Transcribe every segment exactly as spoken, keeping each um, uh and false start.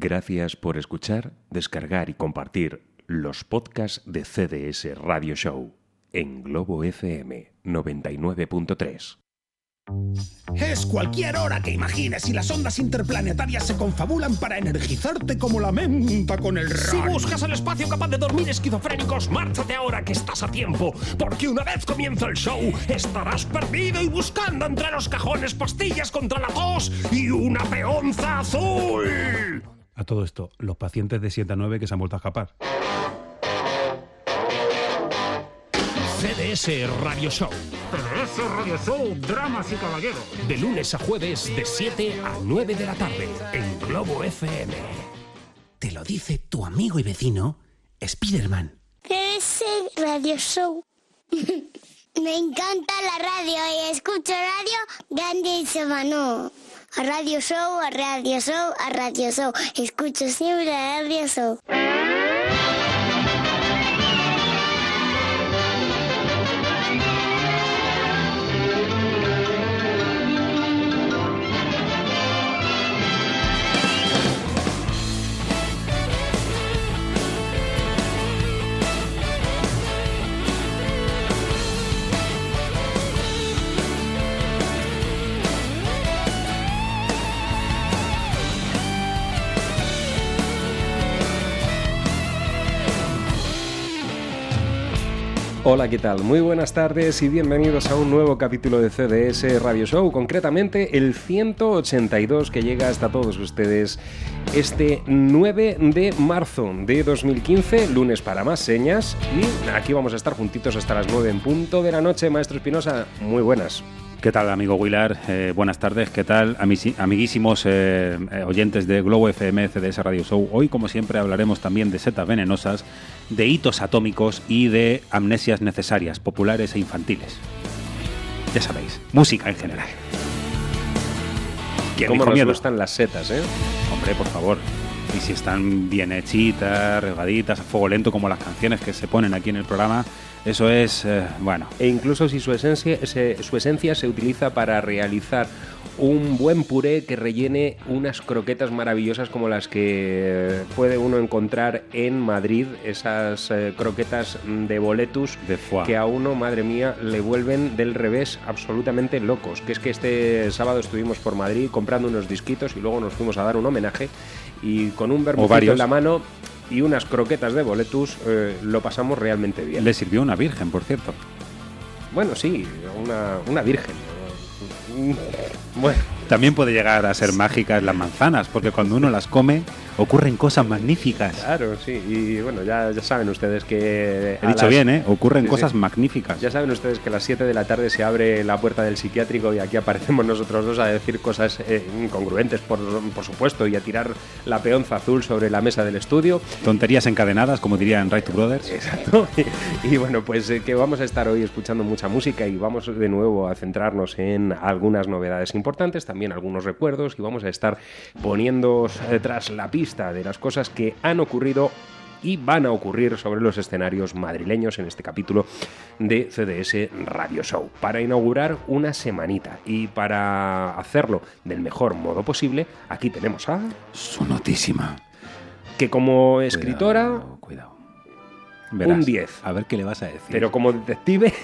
Gracias por escuchar, descargar y compartir los podcasts de C D S Radio Show en Globo F M noventa y nueve punto tres. Es cualquier hora que imagines y las ondas interplanetarias se confabulan para energizarte como la menta con el ron. Si buscas el espacio capaz de dormir esquizofrénicos, márchate ahora que estás a tiempo, porque una vez comienza el show, estarás perdido y buscando entre los cajones pastillas contra la tos y una peonza azul. A todo esto, los pacientes de siete a nueve que se han vuelto a escapar. C D S Radio Show. C D S Radio Show, dramas y caballeros. De lunes a jueves de siete a nueve de la tarde en Globo F M. Te lo dice tu amigo y vecino, Spiderman. C D S Radio Show. Me encanta la radio y escucho radio grande y semano. A Radio Show, a Radio Show, a Radio Show. Escucho siempre a Radio Show. Hola, ¿qué tal? Muy buenas tardes y bienvenidos a un nuevo capítulo de C D S Radio Show, concretamente el ciento ochenta y dos que llega hasta todos ustedes este nueve de marzo de dos mil quince, lunes para más señas, y aquí vamos a estar juntitos hasta las nueve en punto de la noche. Maestro Espinosa, muy buenas. ¿Qué tal, amigo Willard? Eh, buenas tardes. ¿Qué tal, amisi- amiguísimos eh, eh, oyentes de Globo F M, C D S Radio Show? Hoy, como siempre, hablaremos también de setas venenosas, de hitos atómicos y de amnesias necesarias, populares e infantiles. Ya sabéis, música en general. ¿Cómo nos gustan las setas, eh? Hombre, por favor. Y si están bien hechitas, regaditas, a fuego lento, como las canciones que se ponen aquí en el programa, eso es, eh, bueno. E incluso si su esencia, se, su esencia se utiliza para realizar un buen puré que rellene unas croquetas maravillosas como las que puede uno encontrar en Madrid, esas eh, croquetas de boletus de foie, que a uno, madre mía, le vuelven del revés absolutamente locos. Que es que este sábado estuvimos por Madrid comprando unos disquitos y luego nos fuimos a dar un homenaje y con un vermucito en la mano y unas croquetas de boletus eh, lo pasamos realmente bien. Le sirvió una virgen, por cierto. Bueno, sí, una, una virgen. Bueno, también puede llegar a ser mágicas las manzanas, porque cuando uno las come ocurren cosas magníficas. Claro, sí, y bueno, ya, ya saben ustedes que... He dicho las... bien, ¿eh? Ocurren sí, cosas sí. magníficas. Ya saben ustedes que a las siete de la tarde se abre la puerta del psiquiátrico y aquí aparecemos nosotros dos a decir cosas eh, incongruentes, por, por supuesto, y a tirar la peonza azul sobre la mesa del estudio. Tonterías encadenadas, como dirían Right to Brothers. Exacto. Y, y bueno, pues eh, que vamos a estar hoy escuchando mucha música y vamos de nuevo a centrarnos en algunas novedades importantes, también algunos recuerdos, y vamos a estar poniendo eh, tras la pista de las cosas que han ocurrido y van a ocurrir sobre los escenarios madrileños en este capítulo de C D S Radio Show, para inaugurar una semanita. Y para hacerlo del mejor modo posible, aquí tenemos a... Sonotísima. Que como escritora... Cuidado, cuidado. Verás, un diez. A ver qué le vas a decir. Pero como detective...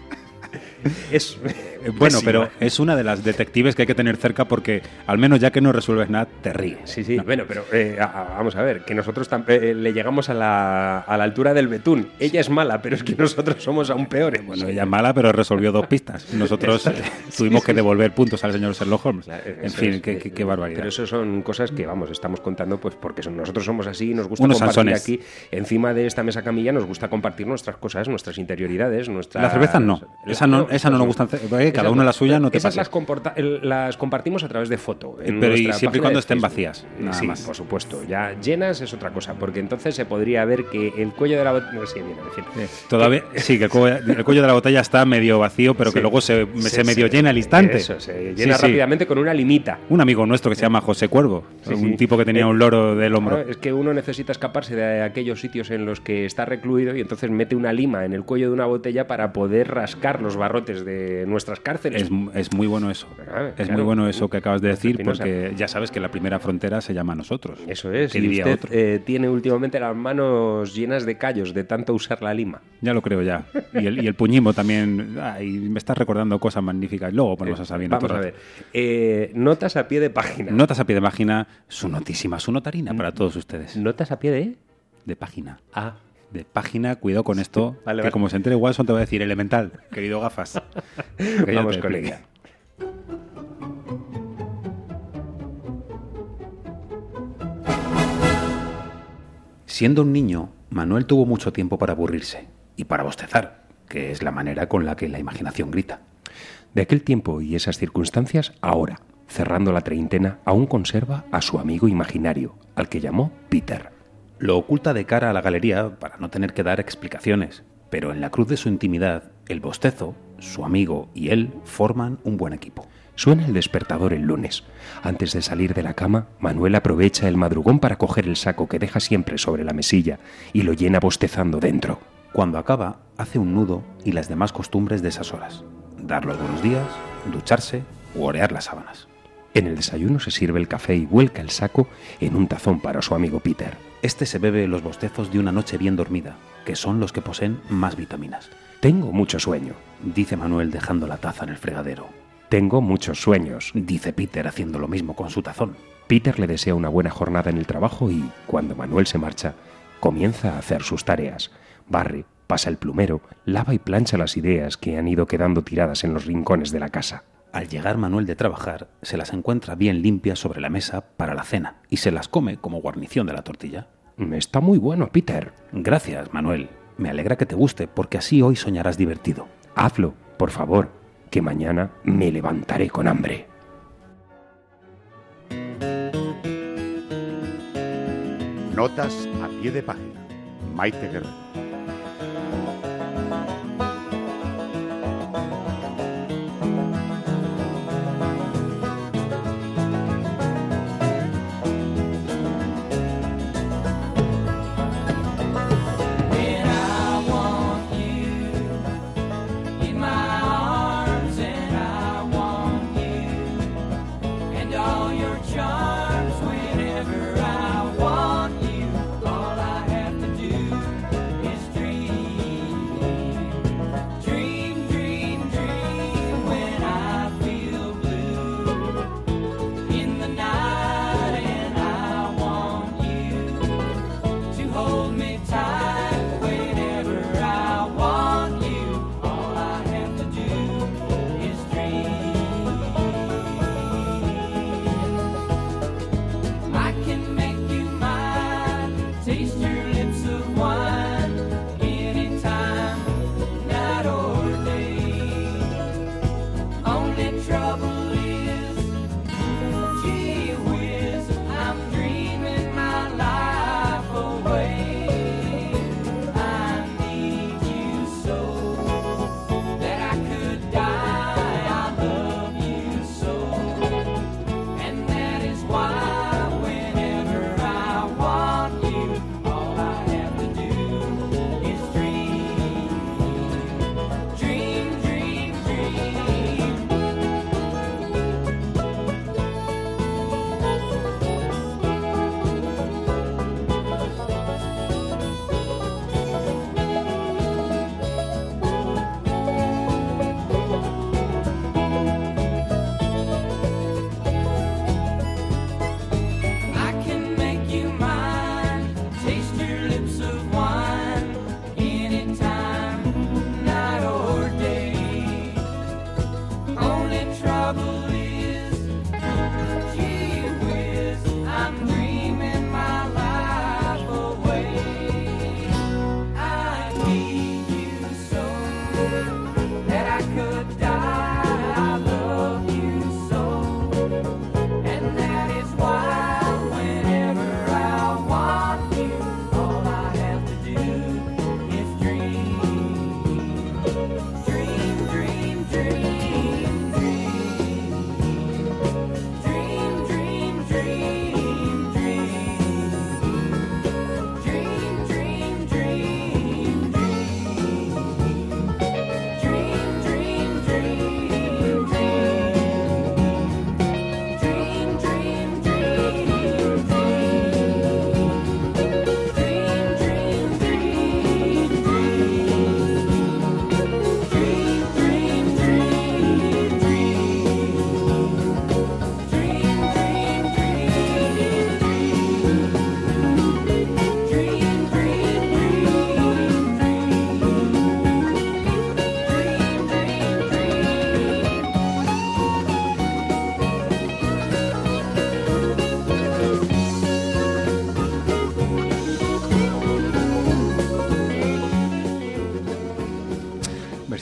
Es bueno, pero es una de las detectives que hay que tener cerca porque al menos ya que no resuelves nada, te ríes. Sí, sí, no. Bueno, pero eh, a, a, vamos a ver, que nosotros tam- eh, le llegamos a la, a la altura del betún. Ella es mala, pero es que nosotros somos aún peores. Bueno, ella es mala, pero resolvió dos pistas. Nosotros eh, tuvimos sí, que devolver puntos al señor Sherlock Holmes. Claro, en fin, es, qué, qué, qué barbaridad. Pero eso son cosas que, vamos, estamos contando pues porque son, nosotros somos así y nos gusta Unos compartir sansones. Aquí, encima de esta mesa camilla, nos gusta compartir nuestras cosas, nuestras interioridades, nuestras... Las cervezas no. Esa no, esa no nos gusta. Eh, cada uno la suya, no te Esas pases. las, comporta- las compartimos a través de foto. En pero y siempre y cuando estén vacías. Nada sí, más. Por supuesto. Ya llenas es otra cosa, porque entonces se podría ver que el cuello de la botella... Sí, bien, en fin. Eh, todavía, sí, que el cuello, el cuello de la botella está medio vacío, pero sí, que luego se, se, se medio se, llena al instante. Eso, se llena sí, rápidamente sí. con una limita. Un amigo nuestro que se llama José Cuervo, sí, un sí. tipo que tenía eh, un loro del hombro. Es que uno necesita escaparse de aquellos sitios en los que está recluido y entonces mete una lima en el cuello de una botella para poder rascar los barrotes de nuestras las cárceles. Es, es muy bueno eso. Ah, es claro. muy bueno eso que acabas de decir, Espinosa. porque ya sabes que la primera frontera se llama nosotros. Eso es, ¿Qué y diría usted otro? eh, tiene últimamente las manos llenas de callos de tanto usar la lima. Ya lo creo ya. Y el, y el puñismo también. Ay, me estás recordando cosas magníficas. Luego ponemos a Sabino. Vamos a ver. Eh, notas a pie de página. Notas a pie de página, su notísima, su notarina para todos ustedes. Notas a pie de... De página. Ah. De página, cuidado con esto, Vale, que vale. como se entere Watson te va a decir elemental, querido gafas. Que ya Vamos te con explique. ella. Siendo un niño, Manuel tuvo mucho tiempo para aburrirse y para bostezar, que es la manera con la que la imaginación grita. De aquel tiempo y esas circunstancias, ahora, cerrando la treintena, aún conserva a su amigo imaginario, al que llamó Peter. Lo oculta de cara a la galería para no tener que dar explicaciones, pero en la cruz de su intimidad, el bostezo, su amigo y él forman un buen equipo. Suena el despertador el lunes. Antes de salir de la cama, Manuel aprovecha el madrugón para coger el saco que deja siempre sobre la mesilla y lo llena bostezando dentro. Cuando acaba, hace un nudo y las demás costumbres de esas horas. Dar los buenos días, ducharse u orear las sábanas. En el desayuno se sirve el café y vuelca el saco en un tazón para su amigo Peter. Este se bebe los bostezos de una noche bien dormida, que son los que poseen más vitaminas. Tengo mucho sueño. Dice Manuel dejando la taza en el fregadero. Tengo muchos sueños. Dice Peter haciendo lo mismo con su tazón. Peter le desea una buena jornada en el trabajo y, cuando Manuel se marcha, comienza a hacer sus tareas. Barre, pasa el plumero, lava y plancha las ideas que han ido quedando tiradas en los rincones de la casa. Al llegar Manuel de trabajar, se las encuentra bien limpias sobre la mesa para la cena y se las come como guarnición de la tortilla. Está muy bueno, Peter. Gracias, Manuel. Me alegra que te guste, porque así hoy soñarás divertido. Hazlo, por favor, que mañana me levantaré con hambre. Notas a pie de página. Maite Guerrero. Is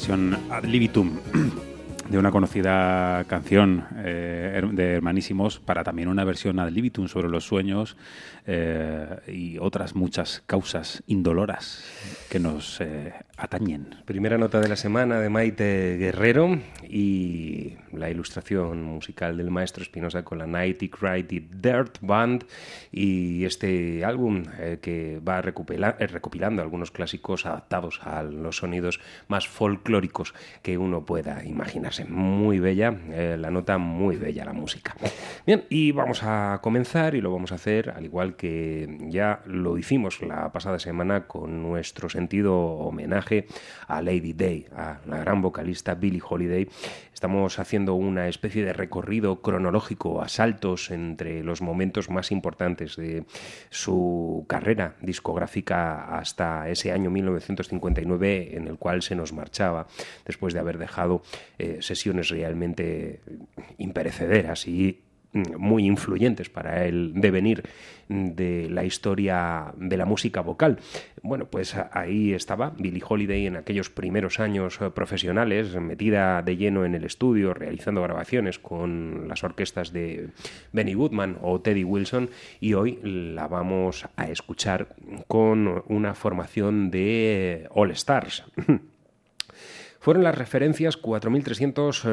versión ad libitum de una conocida canción eh, de Hermanísimos para también una versión ad libitum sobre los sueños eh, y otras muchas causas indoloras que nos eh, atañen. Primera nota de la semana de Maite Guerrero y la ilustración musical del maestro Espinosa con la Nighty Critty Dirt Band y este álbum eh, que va recopila- eh, recopilando algunos clásicos adaptados a los sonidos más folclóricos que uno pueda imaginarse. Muy bella, eh, la nota muy bella, la música. Bien, y vamos a comenzar y lo vamos a hacer al igual que ya lo hicimos la pasada semana con nuestro sentido homenaje a Lady Day, a la gran vocalista Billie Holiday. Estamos haciendo una especie de recorrido cronológico a saltos entre los momentos más importantes de su carrera discográfica hasta ese año mil novecientos cincuenta y nueve en el cual se nos marchaba después de haber dejado eh, sesiones realmente imperecederas y muy influyentes para el devenir de la historia de la música vocal. Bueno, pues ahí estaba Billie Holiday en aquellos primeros años profesionales, metida de lleno en el estudio, realizando grabaciones con las orquestas de Benny Goodman o Teddy Wilson, y hoy la vamos a escuchar con una formación de All Stars. Fueron las referencias cuatro mil trescientos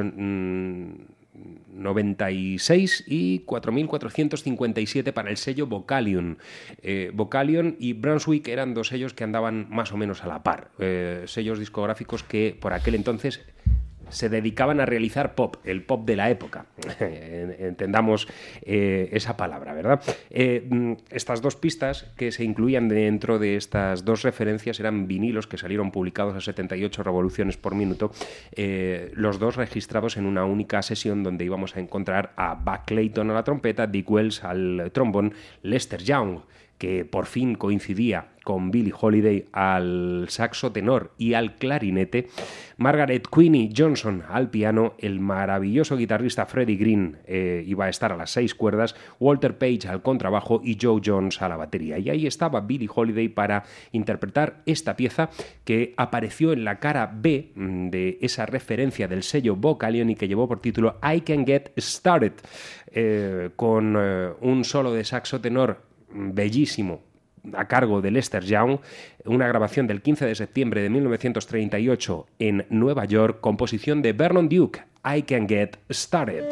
noventa y seis y cuatro mil cuatrocientos cincuenta y siete para el sello Vocalion. Eh, Vocalion y Brunswick eran dos sellos que andaban más o menos a la par, eh, sellos discográficos que por aquel entonces se dedicaban a realizar pop, el pop de la época. Entendamos eh, esa palabra, ¿verdad? Eh, estas dos pistas que se incluían dentro de estas dos referencias eran vinilos que salieron publicados a setenta y ocho revoluciones por minuto, eh, los dos registrados en una única sesión donde íbamos a encontrar a Buck Clayton a la trompeta, Dick Wells al trombón, Lester Young, que por fin coincidía con Billie Holiday al saxo tenor y al clarinete, Margaret Queenie Johnson al piano, el maravilloso guitarrista Freddie Green eh, iba a estar a las seis cuerdas, Walter Page al contrabajo y Joe Jones a la batería. Y ahí estaba Billie Holiday para interpretar esta pieza que apareció en la cara B de esa referencia del sello Vocalion y que llevó por título I Can Get Started, eh, con eh, un solo de saxo tenor bellísimo a cargo de Lester Young, una grabación del quince de septiembre de mil novecientos treinta y ocho en Nueva York, composición de Vernon Duke, I Can Get Started.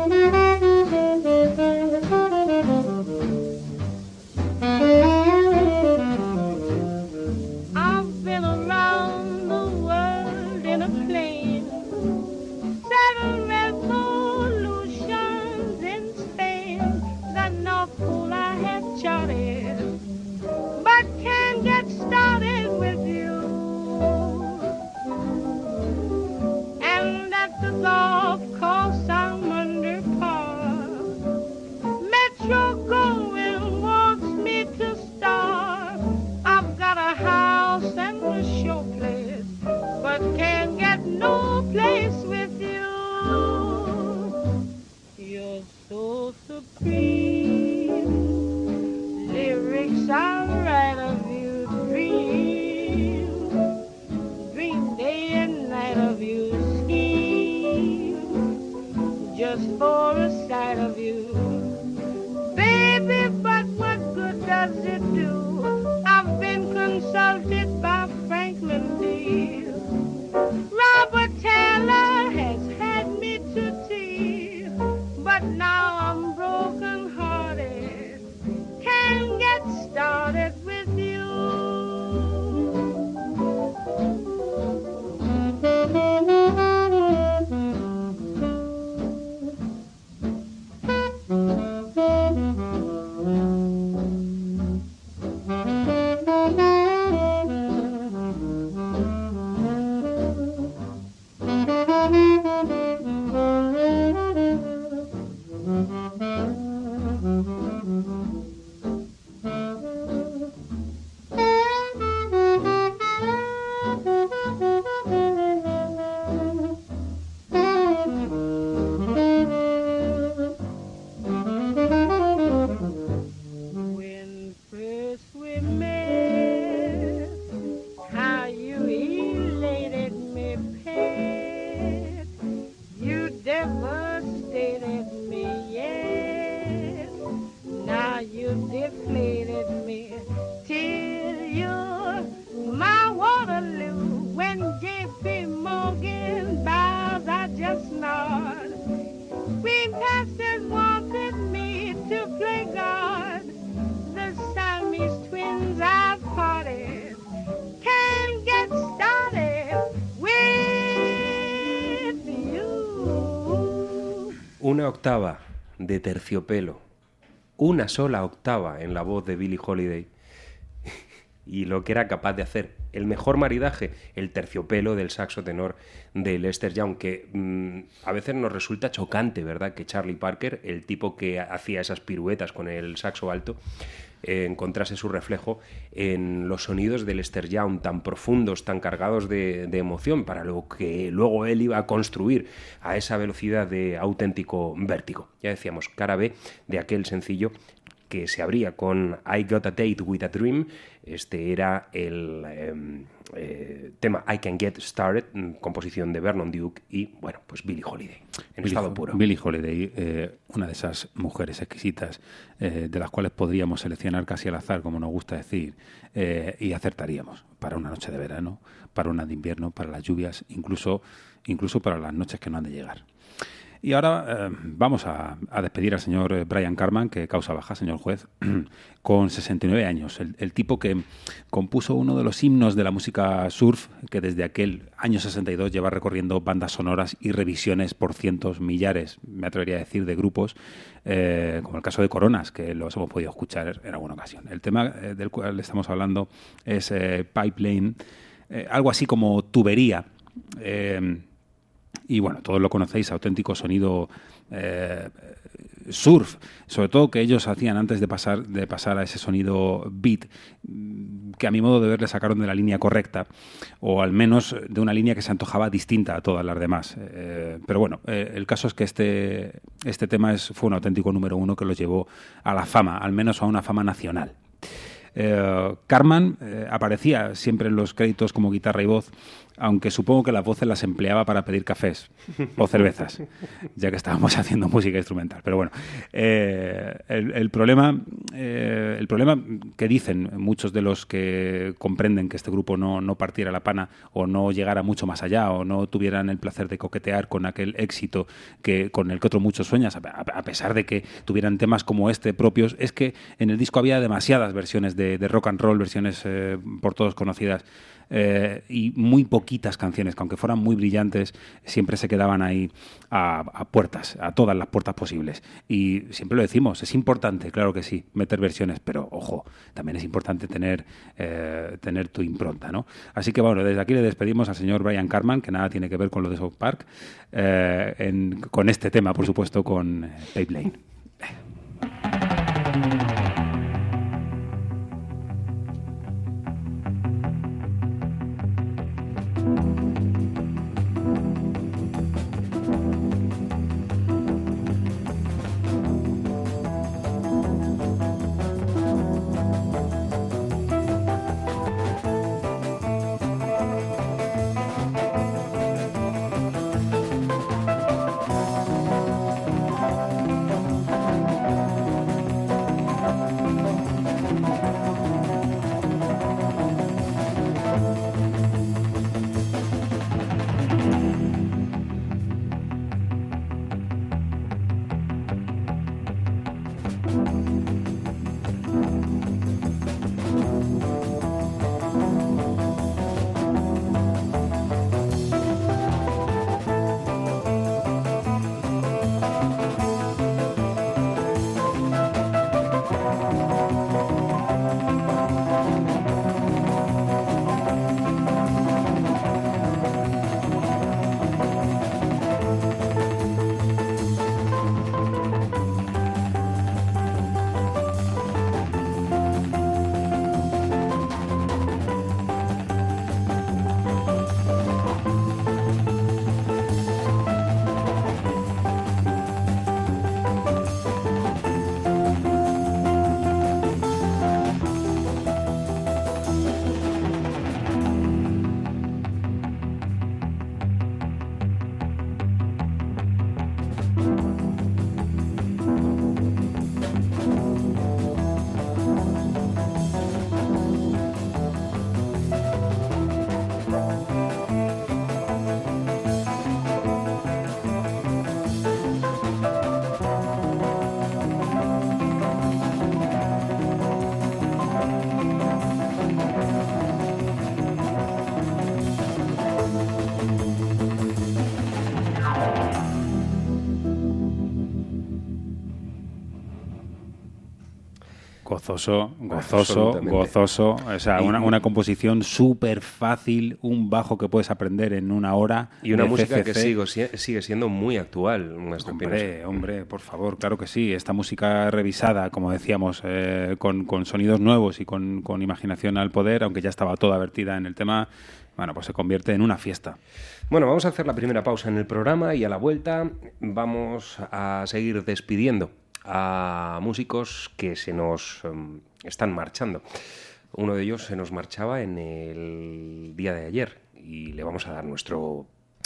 I've been around the world in a plane, seven revolutions in Spain, the North Pole I have charted, but can't get started with you. And at the golf course I'm under par, Metro going wants me to star. I've got a house and a showplace, but can't get no place with you. You're so supreme, lyrics I write of you, dream, dream day and night of you, scheme, just for a sight of you. Baby, but what good does it do? I've been consulted by Franklin D. Robert Taylor has had me to tea, but now I'm broken hearted, can't get started with you. una octava de terciopelo, una sola octava en la voz de Billie Holiday, y lo que era capaz de hacer. El mejor maridaje, el terciopelo del saxo tenor de Lester Young, que mmm, a veces nos resulta chocante, ¿verdad?, que Charlie Parker, el tipo que hacía esas piruetas con el saxo alto, eh, encontrase su reflejo en los sonidos de Lester Young, tan profundos, tan cargados de, de emoción, para lo que luego él iba a construir a esa velocidad de auténtico vértigo. Ya decíamos, cara B de aquel sencillo que se abría con I Got a Date with a Dream. Este era el eh, eh, tema I Can Get Started, composición de Vernon Duke y, bueno, pues Billie Holiday, en Billie, estado puro. Billie Holiday, eh, una de esas mujeres exquisitas, eh, de las cuales podríamos seleccionar casi al azar, como nos gusta decir, eh, y acertaríamos para una noche de verano, para una de invierno, para las lluvias, incluso, incluso para las noches que no han de llegar. Y ahora eh, vamos a, a despedir al señor Brian Carman, que causa baja, señor juez, con sesenta y nueve años. El, el tipo que compuso uno de los himnos de la música surf, que desde aquel año sesenta y dos lleva recorriendo bandas sonoras y revisiones por cientos, millares, me atrevería a decir, de grupos, eh, como el caso de Coronas, que los hemos podido escuchar en alguna ocasión. El tema eh, del cual estamos hablando es eh, Pipeline, eh, algo así como tubería. Eh, Y bueno, todos lo conocéis, auténtico sonido eh, surf, sobre todo que ellos hacían antes de pasar, de pasar a ese sonido beat, que a mi modo de ver le sacaron de la línea correcta, o al menos de una línea que se antojaba distinta a todas las demás. Eh, pero bueno, eh, el caso es que este, este tema es, fue un auténtico número uno que los llevó a la fama, al menos a una fama nacional. Eh, Carman eh, aparecía siempre en los créditos como guitarra y voz, aunque supongo que las voces las empleaba para pedir cafés o cervezas, ya que estábamos haciendo música instrumental. Pero bueno, eh, el, el, problema, eh, el problema que dicen muchos de los que comprenden que este grupo no, no partiera la pana o no llegara mucho más allá o no tuvieran el placer de coquetear con aquel éxito que, con el que otros muchos sueñan, a pesar de que tuvieran temas como este propios, es que en el disco había demasiadas versiones de, de rock and roll, versiones eh, por todos conocidas, Eh, y muy poquitas canciones que, aunque fueran muy brillantes, siempre se quedaban ahí a, a puertas, a todas las puertas posibles. Y siempre lo decimos, es importante, claro que sí, meter versiones, pero ojo, también es importante tener, eh, tener tu impronta, ¿no? Así que bueno, desde aquí le despedimos al señor Brian Carman, que nada tiene que ver con lo de South Park, eh, en, con este tema, por supuesto, con eh, Pipeline. Gozoso, gozoso, gozoso. O sea, una, una composición súper fácil, un bajo que puedes aprender en una hora. Y una de música C C C. que sigue, sigue siendo muy actual. Hombre, hombre, por favor, claro que sí. Esta música revisada, como decíamos, eh, con, con sonidos nuevos y con, con imaginación al poder, aunque ya estaba toda vertida en el tema, bueno, pues se convierte en una fiesta. Bueno, vamos a hacer la primera pausa en el programa y a la vuelta vamos a seguir despidiendo a músicos que se nos um, están marchando. Uno de ellos se nos marchaba en el día de ayer y le vamos a dar nuestro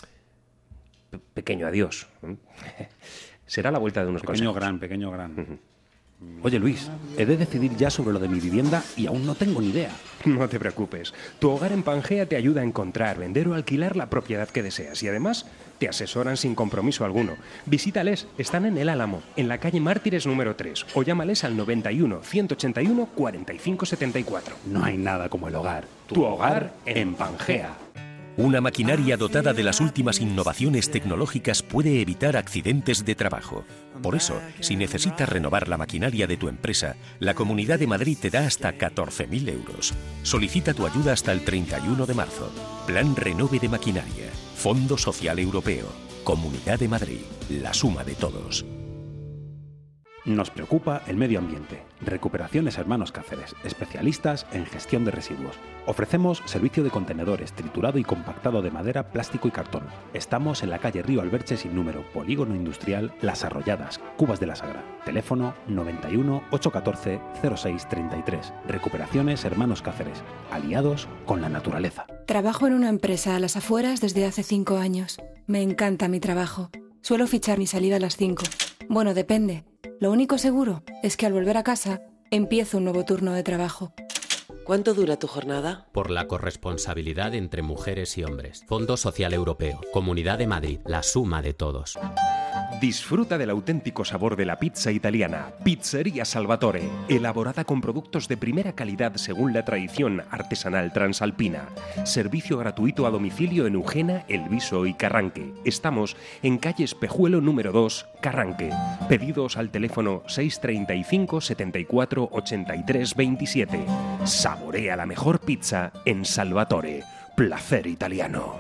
pe- pequeño adiós. Será la vuelta de unos Pequeño consejos. gran, pequeño gran. Uh-huh. Oye, Luis, he de decidir ya sobre lo de mi vivienda y aún no tengo ni idea. No te preocupes. Tu Hogar en Pangea te ayuda a encontrar, vender o alquilar la propiedad que deseas y además te asesoran sin compromiso alguno. Visítales, están en El Álamo, en la calle Mártires número tres o llámales al noventa y uno, ciento ochenta y uno, cuarenta y cinco setenta y cuatro. No hay nada como el hogar. Tu Hogar en Pangea. Una maquinaria dotada de las últimas innovaciones tecnológicas puede evitar accidentes de trabajo. Por eso, si necesitas renovar la maquinaria de tu empresa, la Comunidad de Madrid te da hasta catorce mil euros. Solicita tu ayuda hasta el treinta y uno de marzo. Plan Renove de Maquinaria. Fondo Social Europeo. Comunidad de Madrid. La suma de todos. Nos preocupa el medio ambiente. Recuperaciones Hermanos Cáceres, especialistas en gestión de residuos. Ofrecemos servicio de contenedores, triturado y compactado de madera, plástico y cartón. Estamos en la calle Río Alberche sin número, Polígono Industrial Las Arrolladas, Cubas de la Sagra. Teléfono noventa y uno, ochocientos catorce, cero seis treinta y tres. Recuperaciones Hermanos Cáceres, aliados con la naturaleza. Trabajo en una empresa a las afueras desde hace cinco años. Me encanta mi trabajo. Suelo fichar mi salida a las cinco. Bueno, depende. Lo único seguro es que al volver a casa empiezo un nuevo turno de trabajo. ¿Cuánto dura tu jornada? Por la corresponsabilidad entre mujeres y hombres. Fondo Social Europeo. Comunidad de Madrid. La suma de todos. Disfruta del auténtico sabor de la pizza italiana. Pizzería Salvatore, elaborada con productos de primera calidad según la tradición artesanal transalpina. Servicio gratuito a domicilio en Eugena, El Viso y Carranque. Estamos en calle Espejuelo número dos, Carranque. Pedidos al teléfono seis treinta y cinco, setenta y cuatro, ochenta y tres veintisiete. Saborea la mejor pizza en Salvatore. Placer italiano.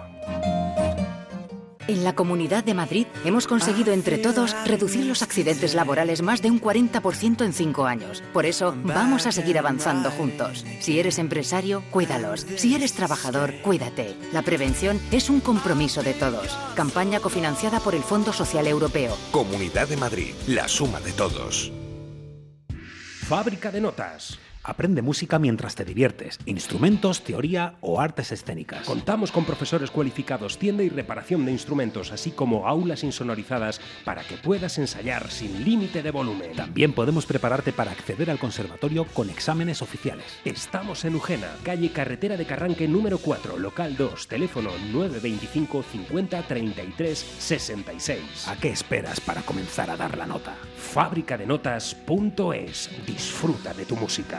En la Comunidad de Madrid hemos conseguido entre todos reducir los accidentes laborales más de un cuarenta por ciento en cinco años. Por eso, vamos a seguir avanzando juntos. Si eres empresario, cuídalos. Si eres trabajador, cuídate. La prevención es un compromiso de todos. Campaña cofinanciada por el Fondo Social Europeo. Comunidad de Madrid, la suma de todos. Fábrica de Notas. Aprende música mientras te diviertes, instrumentos, teoría o artes escénicas. Contamos con profesores cualificados, tienda y reparación de instrumentos, así como aulas insonorizadas para que puedas ensayar sin límite de volumen. También podemos prepararte para acceder al conservatorio con exámenes oficiales. Estamos en Eugena, calle Carretera de Carranque número cuatro, local dos, teléfono nueve veinticinco, cincuenta, treinta y tres, sesenta y seis. ¿A qué esperas para comenzar a dar la nota? fábrica de notas punto es. Disfruta de tu música.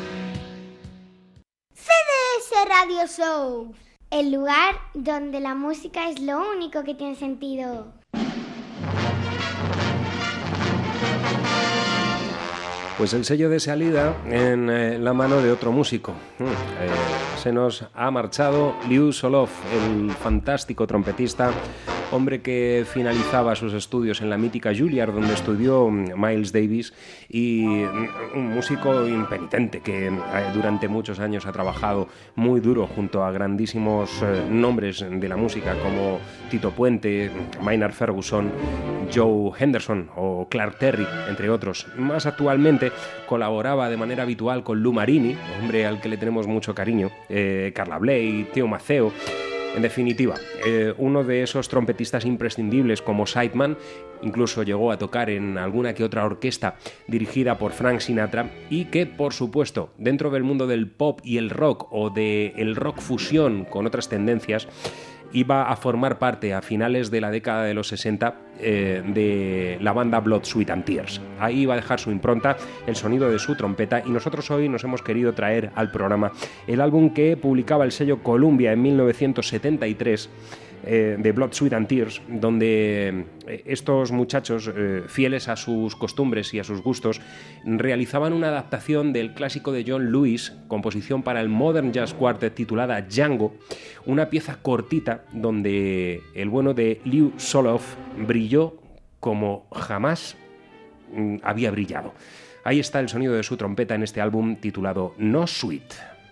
C D S Radio Show, el lugar donde la música es lo único que tiene sentido. Pues el sello de salida en eh, la mano de otro músico. Mm, eh, se nos ha marchado Liu Solov, el fantástico trompetista, hombre que finalizaba sus estudios en la mítica Juilliard, donde estudió Miles Davis, y un músico impenitente que eh, durante muchos años ha trabajado muy duro junto a grandísimos eh, nombres de la música como Tito Puente, Maynard Ferguson, Joe Henderson o Clark Terry, entre otros. Más actualmente colaboraba de manera habitual con Lou Marini, hombre al que le tenemos mucho cariño, eh, Carla Bley, Theo Maceo. En definitiva, eh, uno de esos trompetistas imprescindibles como sideman, incluso llegó a tocar en alguna que otra orquesta dirigida por Frank Sinatra, y que, por supuesto, dentro del mundo del pop y el rock o del rock fusión con otras tendencias, iba a formar parte a finales de la década de los sesenta eh, de la banda Blood, Sweat and Tears. Ahí iba a dejar su impronta, el sonido de su trompeta, y nosotros hoy nos hemos querido traer al programa el álbum que publicaba el sello Columbia en mil novecientos setenta y tres, eh, de Blood, Sweat and Tears, donde eh, estos muchachos, eh, fieles a sus costumbres y a sus gustos, realizaban una adaptación del clásico de John Lewis, composición para el Modern Jazz Quartet titulada Django, una pieza cortita donde el bueno de Liu Soloff brilló como jamás mm, había brillado. Ahí está el sonido de su trompeta en este álbum titulado No Sweet.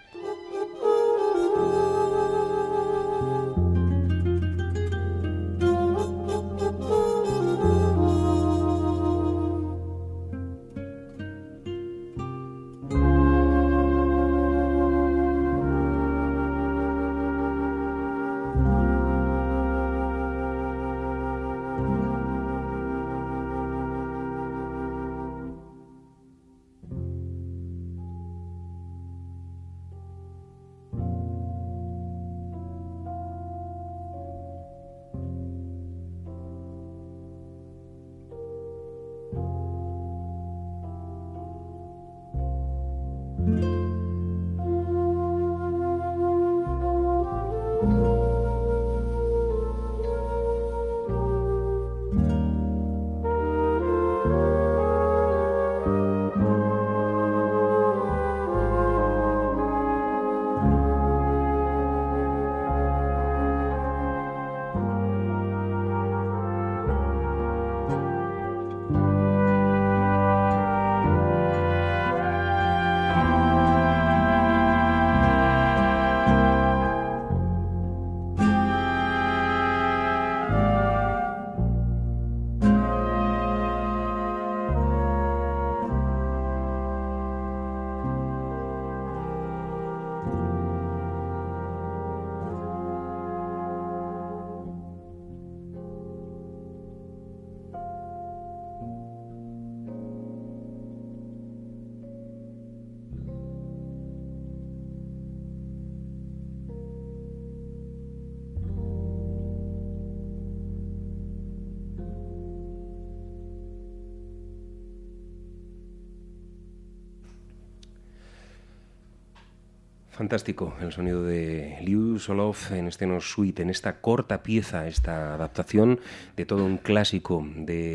Fantástico el sonido de Liu Soloff en este No Suite, en esta corta pieza, esta adaptación de todo un clásico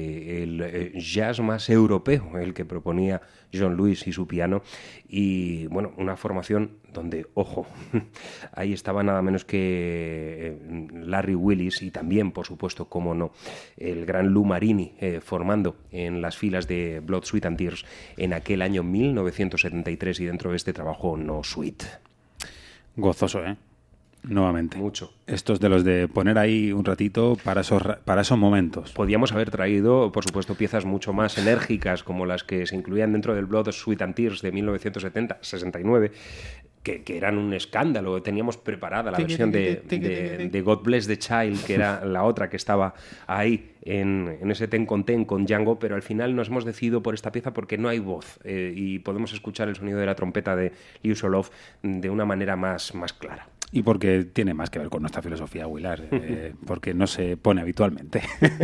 del jazz más europeo, el que proponía John Lewis y su piano, y bueno, una formación donde, ojo, ahí estaba nada menos que Larry Willis y también, por supuesto, como no, el gran Lou Marini eh, formando en las filas de Blood, Sweat and Tears en aquel año mil novecientos setenta y tres y dentro de este trabajo No Suite. Gozoso, ¿eh? Nuevamente. Mucho. Estos de los de poner ahí un ratito para esos, para esos momentos. Podíamos haber traído, por supuesto, piezas mucho más enérgicas como las que se incluían dentro del Blood, Sweat and Tears de mil novecientos sesenta y nueve, que, que eran un escándalo. Teníamos preparada la versión de, de, de God Bless the Child, que era la otra que estaba ahí en, en ese ten con ten con Django, pero al final nos hemos decidido por esta pieza porque no hay voz eh, y podemos escuchar el sonido de la trompeta de Liu Soloff de una manera más, más clara. Y porque tiene más que ver con nuestra filosofía, Willard, eh, porque no se pone habitualmente.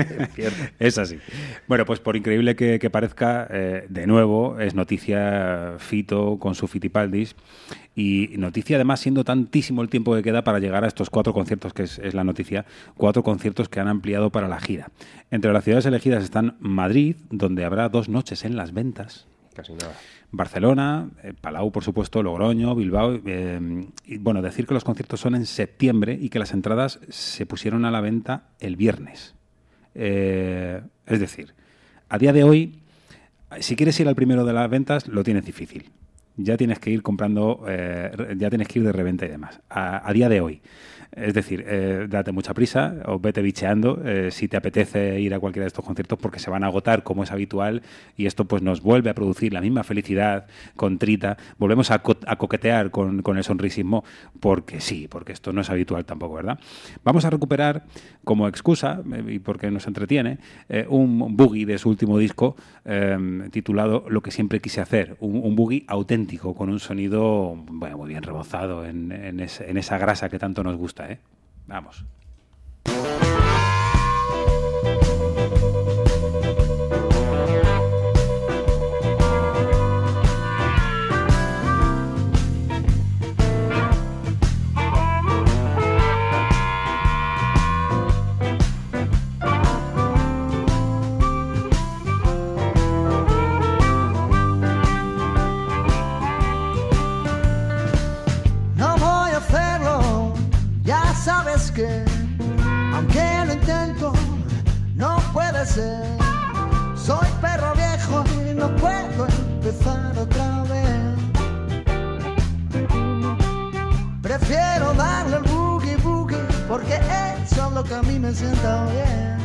Es así. Bueno, pues por increíble que, que parezca, eh, de nuevo es noticia Fito con su Fitipaldis, y noticia además siendo tantísimo el tiempo que queda para llegar a estos cuatro conciertos, que es, es la noticia, cuatro conciertos que han ampliado para la gira. Entre las ciudades elegidas están Madrid, donde habrá dos noches en Las Ventas. Casi nada. Barcelona, eh, Palau, por supuesto, Logroño, Bilbao. Eh, y bueno, decir que los conciertos son en septiembre y que las entradas se pusieron a la venta el viernes. Eh, es decir, a día de hoy, si quieres ir al primero de las ventas, lo tienes difícil. Ya tienes que ir comprando, eh, ya tienes que ir de reventa y demás. A, a día de hoy. Es decir, eh, date mucha prisa o vete bicheando eh, si te apetece ir a cualquiera de estos conciertos, porque se van a agotar como es habitual, y esto pues nos vuelve a producir la misma felicidad contrita. Volvemos a, co- a coquetear con, con el sonrisismo, porque sí, porque esto no es habitual tampoco, ¿verdad? Vamos a recuperar como excusa, eh, y porque nos entretiene, eh, un boogie de su último disco eh, titulado Lo que siempre quise hacer, un, un boogie auténtico con un sonido bueno, muy bien rebozado en, en, ese, en esa grasa que tanto nos gusta. ¿Eh? Vamos. que, aunque lo intento, no puede ser. Soy perro viejo y no puedo empezar otra vez. Prefiero darle el boogie boogie porque eso es lo que a mí me sienta bien.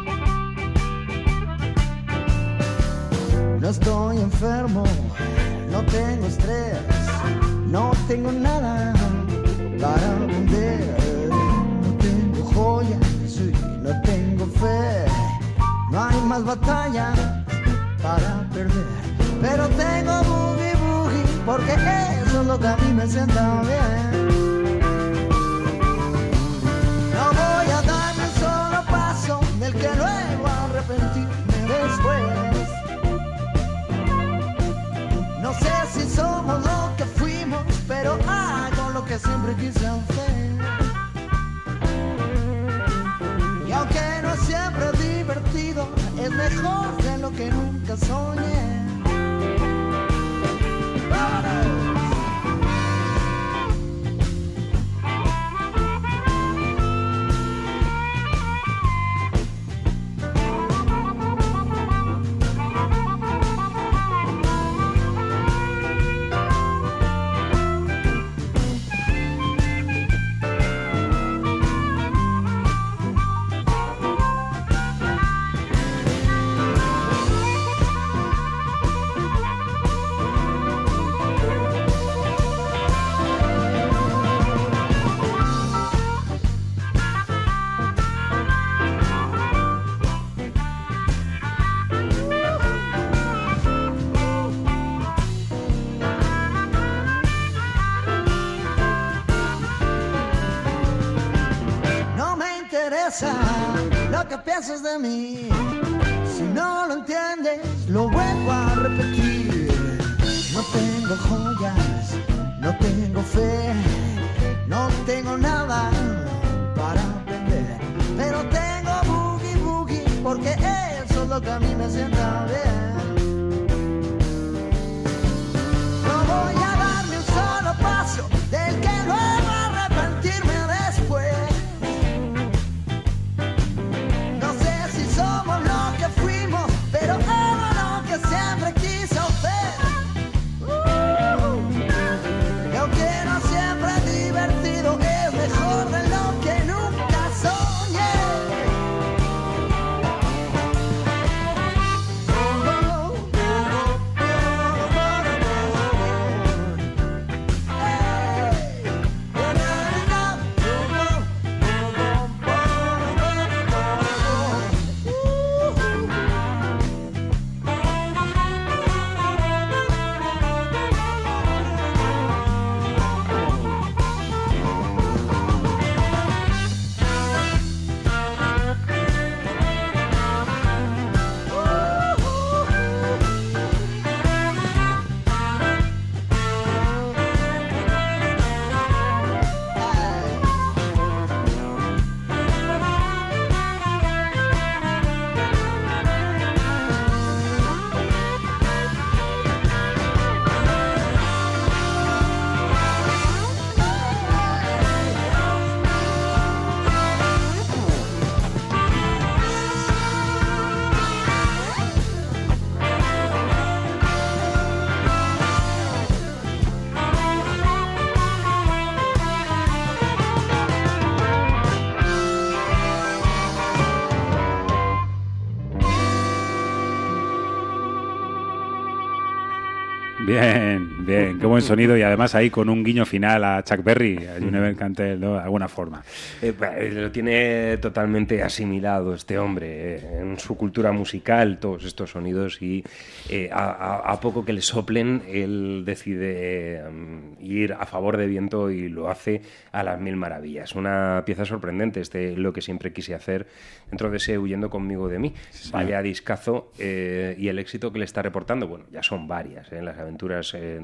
No estoy enfermo, no tengo estrés, no tengo nada para vender. No tengo joyas, sí, no tengo fe, no hay más batalla para perder. Pero tengo boogie boogie porque eso es lo que a mí me sienta bien. No voy a darme un solo paso del que luego arrepentirme después. No sé si somos lo que fuimos, pero hago lo que siempre quise hacer. Y aunque no es siempre divertido, es mejor de lo que nunca soñé. Lo que piensas de mí, si no lo entiendes, lo vuelvo a repetir. No tengo joyas, no tengo fe, no tengo nada para vender, pero tengo boogie boogie porque eso es lo que a mí me sienta bien. No voy a darme un solo paso del que luego arrepentirme después. Pero hago lo que siempre quise hacer. uh, Y aunque no siempre es divertido, es mejor de lo que nunca soñé. Bien, bien, qué buen sonido y además ahí con un guiño final a Chuck Berry, a Juniper Cantel, ¿no? De alguna forma. Eh, lo tiene totalmente asimilado este hombre eh, en su cultura musical, todos estos sonidos y eh, a, a, a poco que le soplen, él decide um, ir a favor de viento y lo hace a las mil maravillas. Una pieza sorprendente, este lo que siempre quise hacer dentro de ese Huyendo conmigo de mí. Sí. Vaya discazo eh, y el éxito que le está reportando, bueno, ya son varias, eh, las aventuras eh, de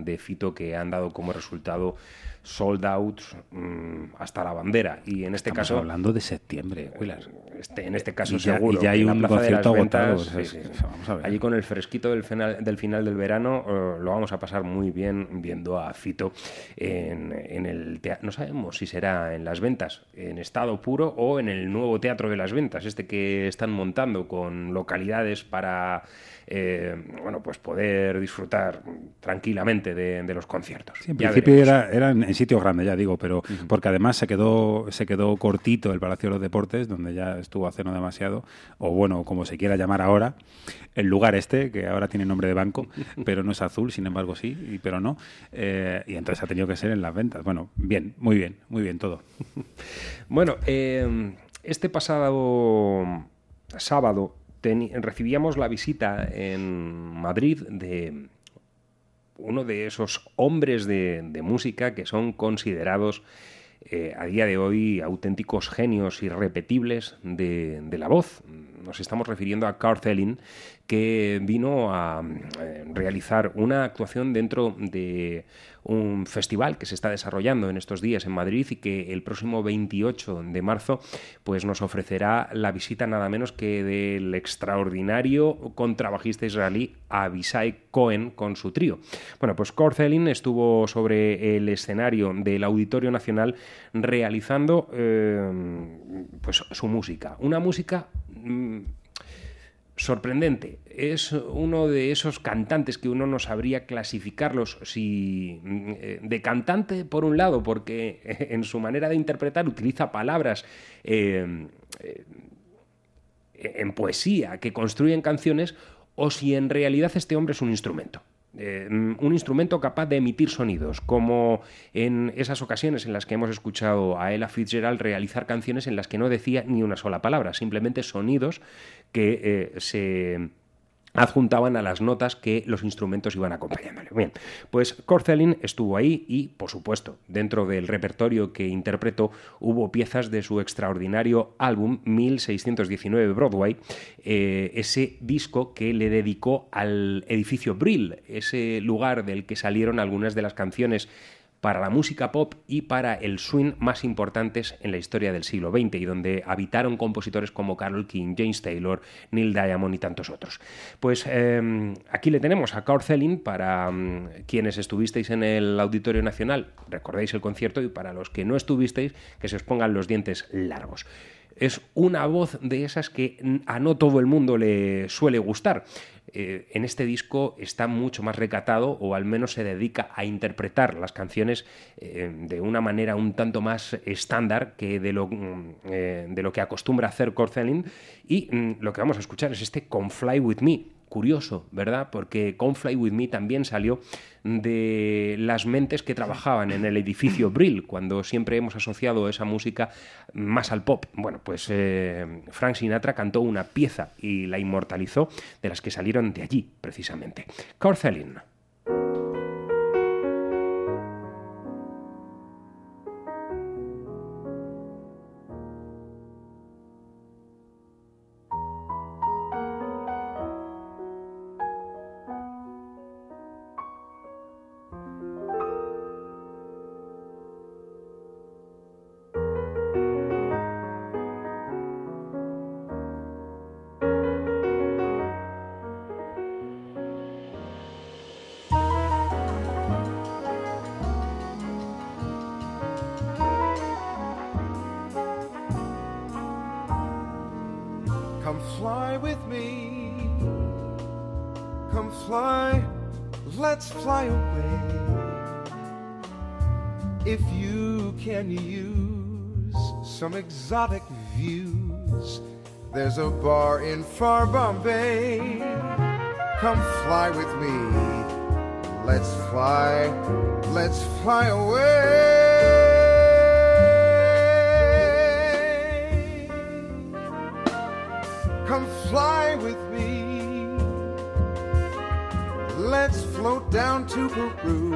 de Fito que han dado como resultado sold out mmm, hasta la bandera. Y en este Estamos caso... hablando de septiembre, Willard. Este, en este caso y ya, seguro. Y ya hay un concierto agotado. Ventas, O sea, sí, es, sí. Vamos a ver. Allí con el fresquito del final del, final del verano uh, lo vamos a pasar muy bien viendo a Fito en, en el teatro. No sabemos si será en Las Ventas, en estado puro, o en el nuevo Teatro de Las Ventas, este que están montando con localidades para... Eh, bueno, pues poder disfrutar tranquilamente de, de los conciertos. Sí, en ya principio era, eran en sitios grandes, ya digo, pero uh-huh. porque además se quedó se quedó cortito el Palacio de los Deportes, donde ya estuvo hace no demasiado, o bueno, como se quiera llamar ahora, el lugar este, que ahora tiene nombre de banco, pero no es azul, sin embargo sí, y, pero no, eh, y entonces ha tenido que ser en Las Ventas. Bueno, bien, muy bien, muy bien todo. Bueno, eh, este pasado sábado Ten, recibíamos la visita en Madrid de uno de esos hombres de, de música que son considerados eh, a día de hoy auténticos genios irrepetibles de, de la voz. Nos estamos refiriendo a Carl Selling, que vino a eh, realizar una actuación dentro de un festival que se está desarrollando en estos días en Madrid y que el próximo veintiocho de marzo pues nos ofrecerá la visita nada menos que del extraordinario contrabajista israelí Avisai Cohen con su trío. Bueno, pues Carl Selling estuvo sobre el escenario del Auditorio Nacional realizando eh, pues su música. Una música... Mmm, sorprendente. Es uno de esos cantantes que uno no sabría clasificarlos si de cantante por un lado, porque en su manera de interpretar utiliza palabras eh, eh, en poesía que construyen canciones, o si en realidad este hombre es un instrumento. Eh, un instrumento capaz de emitir sonidos, como en esas ocasiones en las que hemos escuchado a Ella Fitzgerald realizar canciones en las que no decía ni una sola palabra, simplemente sonidos que eh, se adjuntaban a las notas que los instrumentos iban acompañándole. Bien, pues Carl Selling estuvo ahí y, por supuesto, dentro del repertorio que interpretó hubo piezas de su extraordinario álbum mil seiscientos diecinueve Broadway, eh, ese disco que le dedicó al edificio Brill, ese lugar del que salieron algunas de las canciones para la música pop y para el swing más importantes en la historia del siglo veinte y donde habitaron compositores como Carole King, James Taylor, Neil Diamond y tantos otros. Pues eh, aquí le tenemos a Carl Selling para um, quienes estuvisteis en el Auditorio Nacional, recordáis el concierto, y para los que no estuvisteis, que se os pongan los dientes largos. Es una voz de esas que a no todo el mundo le suele gustar. Eh, en este disco está mucho más recatado, o al menos se dedica a interpretar las canciones eh, de una manera un tanto más estándar que de lo, eh, de lo que acostumbra hacer Carl Selling, y mm, lo que vamos a escuchar es este Come Fly With Me. Curioso, ¿verdad? Porque Come Fly With Me también salió de las mentes que trabajaban en el edificio Brill, cuando siempre hemos asociado esa música más al pop. Bueno, pues eh, Frank Sinatra cantó una pieza y la inmortalizó, de las que salieron de allí, precisamente. Carl Selling. Come fly with me, come fly, let's fly away. If you can use some exotic views, there's a bar in far Bombay. Come fly with me, let's fly, let's fly away. Come fly with me, let's float down to Peru.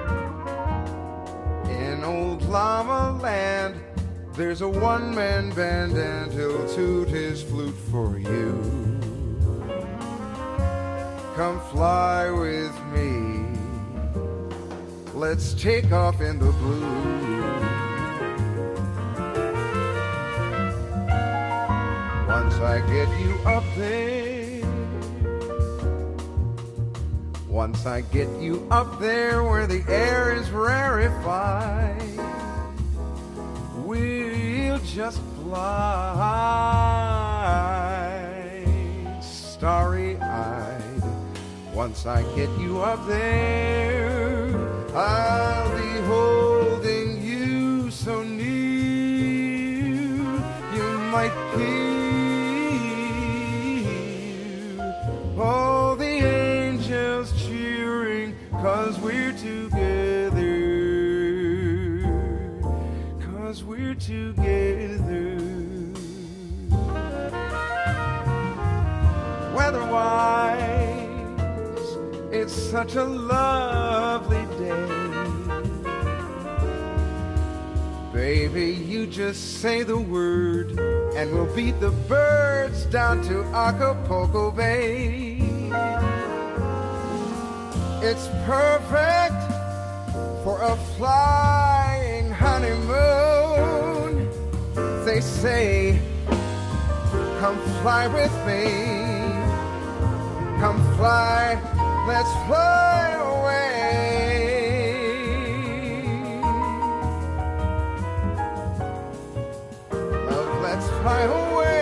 In old Llama Land, there's a one-man band and he'll toot his flute for you. Come fly with me, let's take off in the blue. Once I get you up there, once I get you up there where the air is rarefied, we'll just fly starry-eyed. Once I get you up there, I'll be holding you so near you might hear all the angels cheering, 'cause we're together, 'cause we're together. Weather-wise, it's such a lovely day. Baby, you just say the word and we'll beat the birds down to Acapulco Bay. It's perfect for a flying honeymoon. They say, come fly with me, come fly, let's fly away. Love, let's fly away.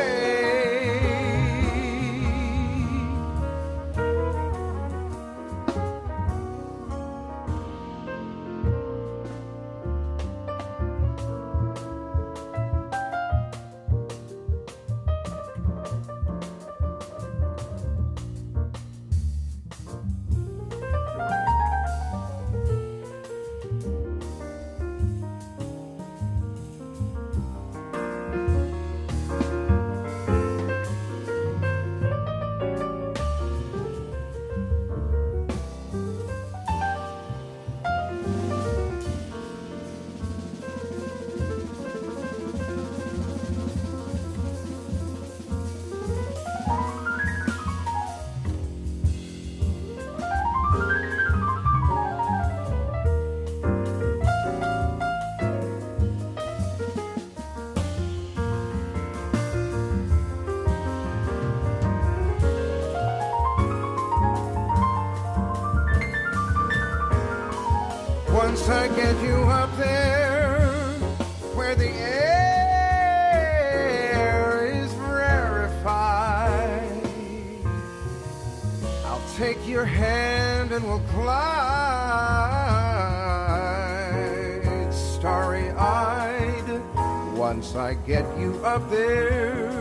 Once I get you up there where the air is rarefied, I'll take your hand and we'll glide starry-eyed. Once I get you up there,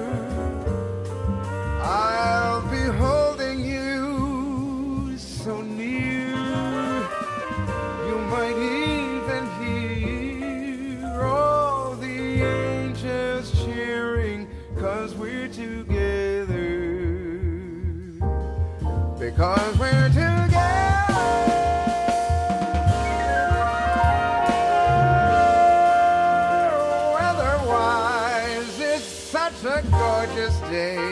I'll be holding you so near you might even hear all the angels cheering, 'cause we're together, because we're together. Weather-wise, it's such a gorgeous day.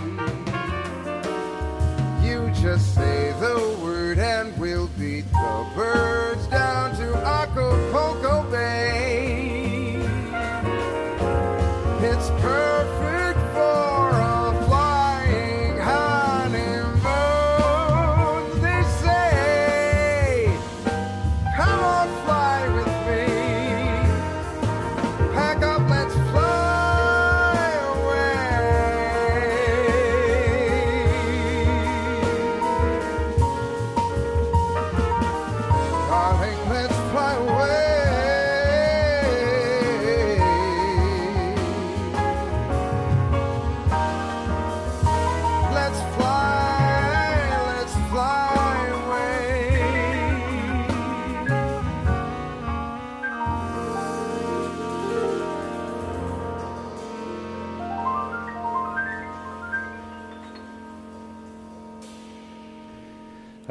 You just say the word and we'll beat the birds down to Acapulco Bay. It's perfect for a flying honeymoon. They say, come on, fly with me. Pack up, let's fly away.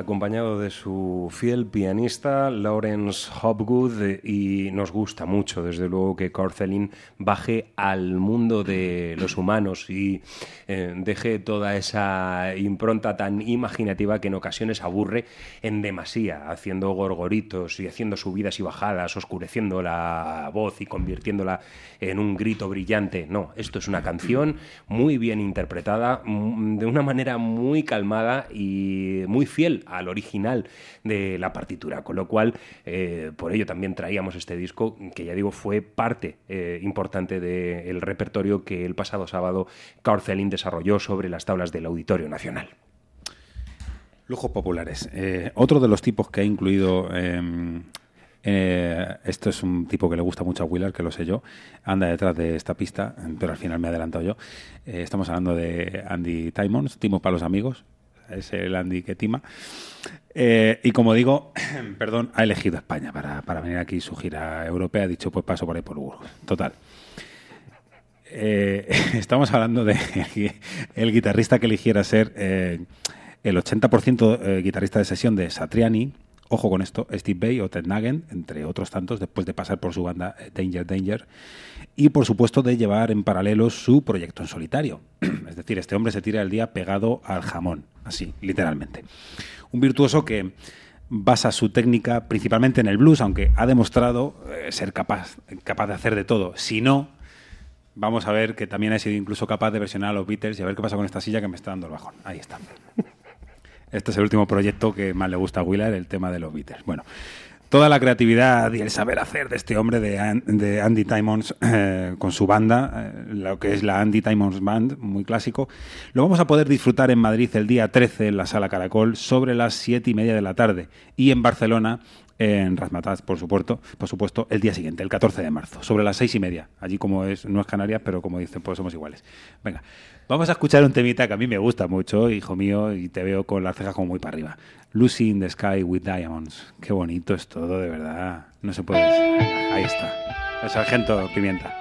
acompañado de su fiel pianista Lawrence Hopgood, y nos gusta mucho, desde luego, que Kurt Elling baje al mundo de los humanos y eh, deje toda esa impronta tan imaginativa que en ocasiones aburre en demasía, haciendo gorgoritos y haciendo subidas y bajadas, oscureciendo la voz y convirtiéndola en un grito brillante. No, esto es una canción muy bien interpretada, de una manera muy calmada y muy fiel al original de la partitura, con lo cual eh, por ello también traíamos este disco, que ya digo fue parte eh, importante del repertorio que el pasado sábado Kurt Elling desarrolló sobre las tablas del Auditorio Nacional. Lujos populares. Eh, otro de los tipos que ha incluido... Eh, eh, esto es un tipo que le gusta mucho a Willard, que lo sé yo, anda detrás de esta pista, pero al final me he adelantado yo. Eh, estamos hablando de Andy Timmons, Timo para los amigos, es el Andy que tima. Eh, y como digo, perdón, ha elegido España para, para venir aquí su gira europea. Ha dicho, pues paso por ahí por Burgos. Total. Eh, estamos hablando de el, el guitarrista que eligiera ser eh, el ochenta por ciento eh, guitarrista de sesión de Satriani. Ojo con esto, Steve Vai o Ted Nugent, entre otros tantos, después de pasar por su banda Danger Danger. Y, por supuesto, de llevar en paralelo su proyecto en solitario. Es decir, este hombre se tira el día pegado al jamón, así, literalmente. Un virtuoso que basa su técnica principalmente en el blues, aunque ha demostrado eh, ser capaz, capaz de hacer de todo. Si no, vamos a ver que también ha sido incluso capaz de versionar a los Beatles, y a ver qué pasa con esta silla que me está dando el bajón. Ahí está. Este es el último proyecto que más le gusta a Willard, el tema de los Beatles. Bueno, toda la creatividad y el saber hacer de este hombre, de, de Andy Timmons, eh, con su banda, eh, lo que es la Andy Timmons Band, muy clásico, lo vamos a poder disfrutar en Madrid el día trece en la Sala Caracol sobre las siete y media de la tarde, y en Barcelona, en Razmataz, por supuesto, por supuesto, el día siguiente, el catorce de marzo, sobre las seis y media. Allí, como es, no es Canarias, pero como dicen, pues somos iguales. Venga, vamos a escuchar un temita que a mí me gusta mucho, hijo mío, y te veo con las cejas como muy para arriba. Lucy in the Sky with Diamonds. Qué bonito es todo, de verdad. No se puede decir. Ahí está. El Sargento Pimienta.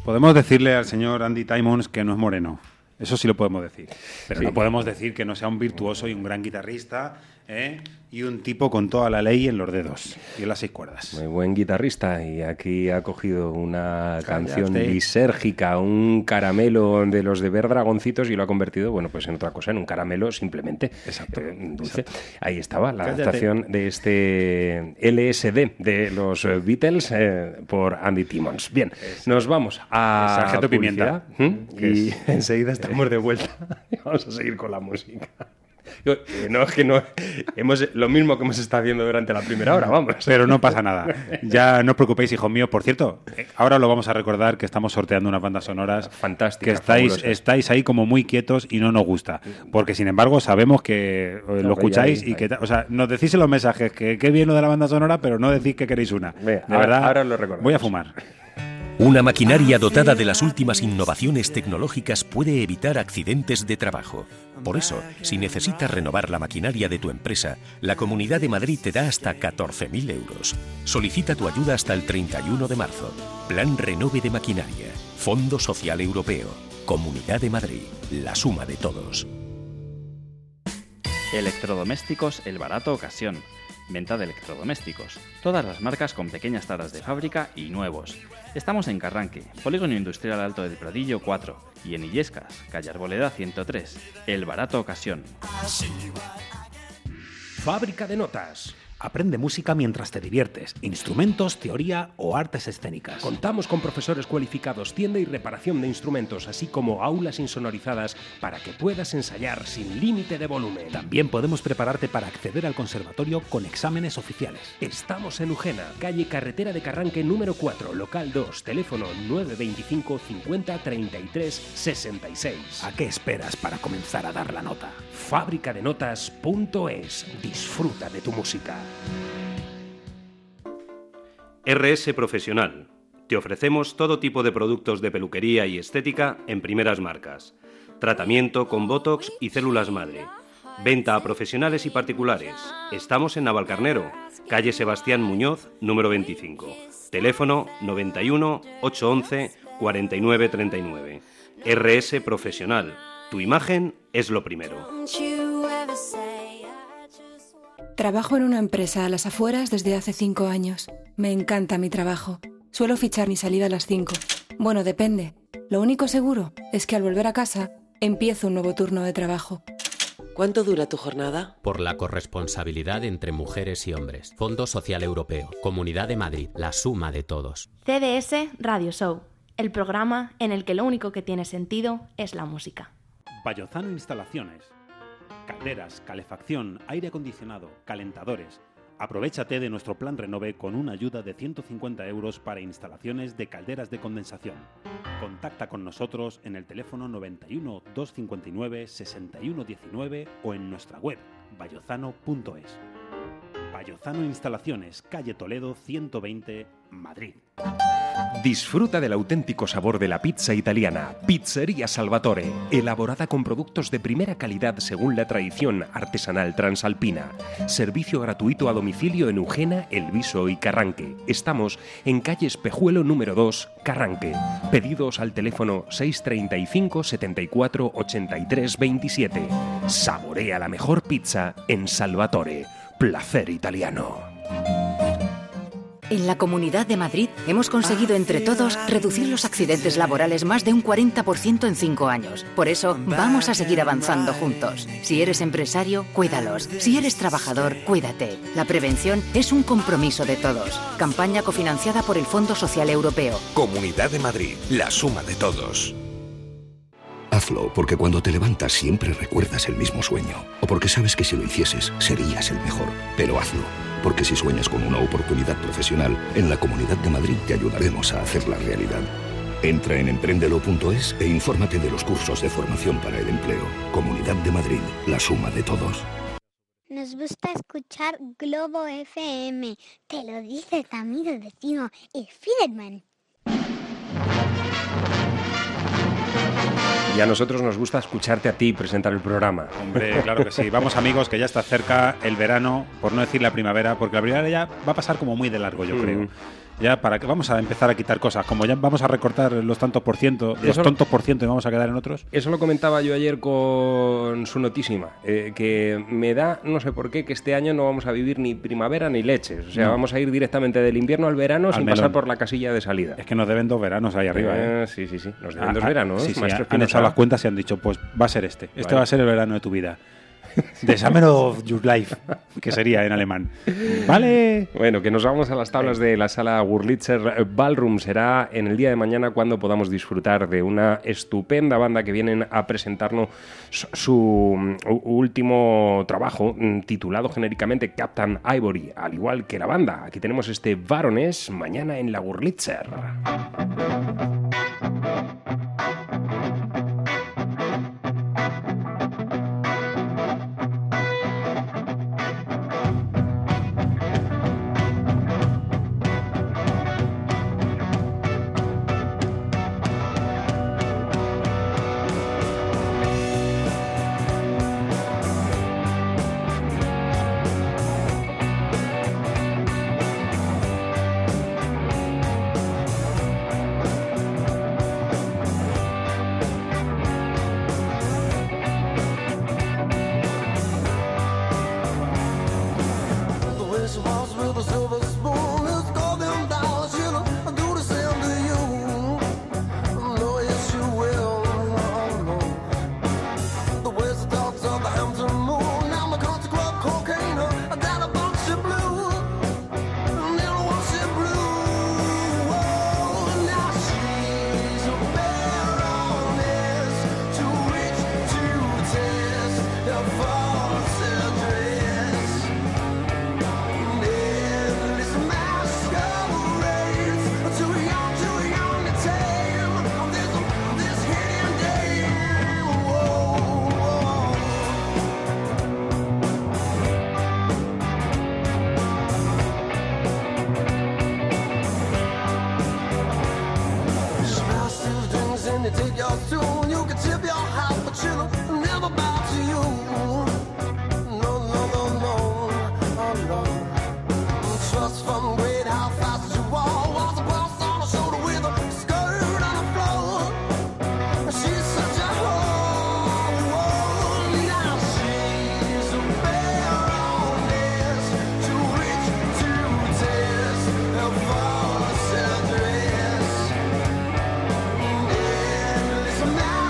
Podemos decirle al señor Andy Timmons que no es moreno. Eso sí lo podemos decir. Pero sí. No podemos decir que no sea un virtuoso y un gran guitarrista, ¿eh? Y un tipo con toda la ley en los dedos y en las seis cuerdas. Muy buen guitarrista. Y aquí ha cogido una Cállate. canción lisérgica, un caramelo de los de ver dragoncitos y lo ha convertido, bueno, pues en otra cosa, en un caramelo simplemente. Exacto. Eh, dulce. Exacto. Ahí estaba la Cállate. adaptación de este L S D de los Beatles eh, por Andy Timmons. Bien, es, nos vamos a Sargento Pimienta. ¿Mm? Y es, enseguida estamos de vuelta y vamos a seguir con la música. No, es que no hemos lo mismo que hemos estado haciendo durante la primera hora, vamos. Pero no pasa nada. Ya no os preocupéis, hijos míos. Por cierto, ahora lo vamos a recordar que estamos sorteando unas bandas sonoras fantásticas. Que estáis, estáis ahí como muy quietos y no nos gusta. Porque sin embargo sabemos que no, lo escucháis ahí, y que, o sea, nos decís en los mensajes que qué bien lo de la banda sonora, pero no decís que queréis una. Venga, de ahora, verdad, ahora lo recordamos. Voy a fumar. Una maquinaria dotada de las últimas innovaciones tecnológicas puede evitar accidentes de trabajo. Por eso, si necesitas renovar la maquinaria de tu empresa, la Comunidad de Madrid te da hasta catorce mil euros. Solicita tu ayuda hasta el treinta y uno de marzo. Plan Renove de Maquinaria. Fondo Social Europeo. Comunidad de Madrid. La suma de todos. Electrodomésticos El Barato Ocasión. Venta de electrodomésticos. Todas las marcas con pequeñas taras de fábrica y nuevos. Estamos en Carranque, Polígono Industrial Alto del Pradillo cuatro, y en Illescas, calle Arboleda ciento tres. El Barato Ocasión. Fábrica de Notas. Aprende música mientras te diviertes, instrumentos, teoría o artes escénicas. Contamos con profesores cualificados, tienda y reparación de instrumentos, así como aulas insonorizadas para que puedas ensayar sin límite de volumen. También podemos prepararte para acceder al conservatorio con exámenes oficiales. Estamos en Ujena, calle Carretera de Carranque número cuatro, local dos, teléfono nueve veinticinco cincuenta treinta y tres sesenta y seis. ¿A qué esperas para comenzar a dar la nota? fábrica de notas punto es. Disfruta de tu música. R S Profesional. Te ofrecemos todo tipo de productos de peluquería y estética en primeras marcas. Tratamiento con Botox y células madre. Venta a profesionales y particulares. Estamos en Navalcarnero, calle Sebastián Muñoz, número veinticinco. Teléfono noventa y uno, ochocientos once, cuarenta y nueve treinta y nueve. R S Profesional. Tu imagen es lo primero. Trabajo en una empresa a las afueras desde hace cinco años. Me encanta mi trabajo. Suelo fichar mi salida a las cinco. Bueno, depende. Lo único seguro es que al volver a casa empiezo un nuevo turno de trabajo. ¿Cuánto dura tu jornada? Por la corresponsabilidad entre mujeres y hombres. Fondo Social Europeo. Comunidad de Madrid. La suma de todos. C D S Radio Show. El programa en el que lo único que tiene sentido es la música. Vallozano Instalaciones. Calderas, calefacción, aire acondicionado, calentadores. Aprovechate de nuestro plan Renove con una ayuda de ciento cincuenta euros para instalaciones de calderas de condensación. Contacta con nosotros en el teléfono noventa y uno, doscientos cincuenta y nueve, sesenta y uno diecinueve o en nuestra web vallozano punto es. Vallozano Instalaciones, calle Toledo ciento veinte, Madrid. Disfruta del auténtico sabor de la pizza italiana. Pizzería Salvatore, elaborada con productos de primera calidad según la tradición artesanal transalpina. Servicio gratuito a domicilio en Ujena, El Viso y Carranque. Estamos en calle Espejuelo número dos, Carranque. Pedidos al teléfono seiscientos treinta y cinco, setenta y cuatro, ochenta y tres veintisiete. Saborea la mejor pizza en Salvatore. Placer italiano. En la Comunidad de Madrid hemos conseguido entre todos reducir los accidentes laborales más de un cuarenta por ciento en cinco años. Por eso vamos a seguir avanzando juntos. Si eres empresario, cuídalos. Si eres trabajador, cuídate. La prevención es un compromiso de todos. Campaña cofinanciada por el Fondo Social Europeo. Comunidad de Madrid, la suma de todos. Hazlo porque cuando te levantas siempre recuerdas el mismo sueño. O porque sabes que si lo hicieses serías el mejor. Pero hazlo. Porque si sueñas con una oportunidad profesional, en la Comunidad de Madrid te ayudaremos a hacerla realidad. Entra en emprendelo punto es e infórmate de los cursos de formación para el empleo. Comunidad de Madrid, la suma de todos. Nos gusta escuchar Globo F M. Te lo dice tu amigo vecino, el Fiedman. Y a nosotros nos gusta escucharte a ti presentar el programa. Hombre, claro que sí. Vamos, amigos, que ya está cerca el verano, por no decir la primavera, porque la primavera ya va a pasar como muy de largo, yo mm. creo. Ya para que vamos a empezar a quitar cosas, como ya vamos a recortar los tantos por ciento, los Eso tontos lo, por ciento y vamos a quedar en otros. Eso lo comentaba yo ayer con su notísima, eh, que me da, no sé por qué, que este año no vamos a vivir ni primavera ni leches. O sea, no. vamos a ir directamente del invierno al verano al sin melón. Pasar por la casilla de salida. Es que nos deben dos veranos ahí arriba, ¿eh? eh sí, sí, sí, nos deben ah, dos veranos. Sí, sí, han echado las cuentas y han dicho, pues va a ser este, este vale. va a ser el verano de tu vida. The Summer of Your Life, que sería en alemán. Vale. Bueno, que nos vamos a las tablas de la sala Wurlitzer Ballroom. Será en el día de mañana cuando podamos disfrutar de una estupenda banda que vienen a presentarnos su, su último trabajo titulado genéricamente Captain Ivory, al igual que la banda. Aquí tenemos este Baroness mañana en la Wurlitzer. Now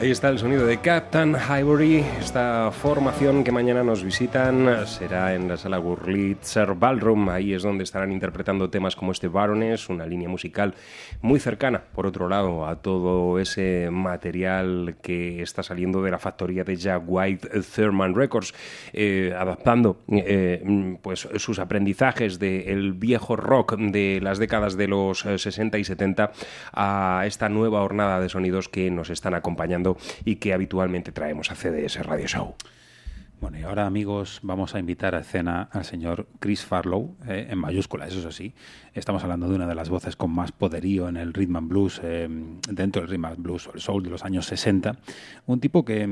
Ahí está el sonido de Captain Ivory. Esta formación que mañana nos visitan será en la sala Wurlitzer Ballroom. Ahí es donde estarán interpretando temas como este Baroness, una línea musical muy cercana, por otro lado, a todo ese material que está saliendo de la factoría de Jack White Thurman Records, eh, adaptando eh, pues sus aprendizajes del viejo rock de las décadas de los sesenta y setenta a esta nueva hornada de sonidos que nos están acompañando y que habitualmente traemos a C D S Radio Show. Bueno, y ahora, amigos, vamos a invitar a escena al señor Chris Farlowe, eh, en mayúsculas, eso sí. Estamos hablando de una de las voces con más poderío en el rhythm and blues, eh, dentro del rhythm and blues o el soul de los años sesenta. Un tipo que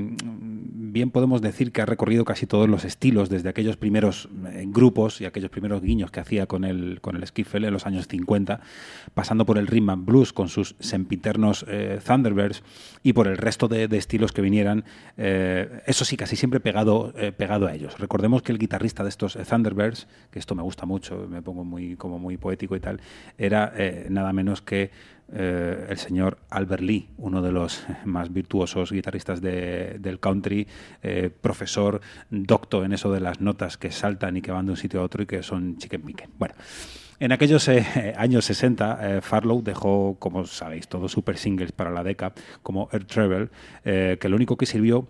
bien podemos decir que ha recorrido casi todos los estilos, desde aquellos primeros eh, grupos y aquellos primeros guiños que hacía con el, con el skiffle en los años cincuenta, pasando por el rhythm and blues con sus sempiternos eh, Thunderbirds y por el resto de, de estilos que vinieran, eh, eso sí, casi siempre pegado Eh, pegado a ellos. Recordemos que el guitarrista de estos eh, Thunderbirds, que esto me gusta mucho, me pongo muy como muy poético y tal, era eh, nada menos que eh, el señor Albert Lee, uno de los más virtuosos guitarristas de, del country, eh, profesor, docto en eso de las notas que saltan y que van de un sitio a otro y que son chicken piquen. Bueno, en aquellos eh, años sesenta, eh, Farlowe dejó, como sabéis, todos super singles para la Decca, como Air Travel, eh, que lo único que sirvió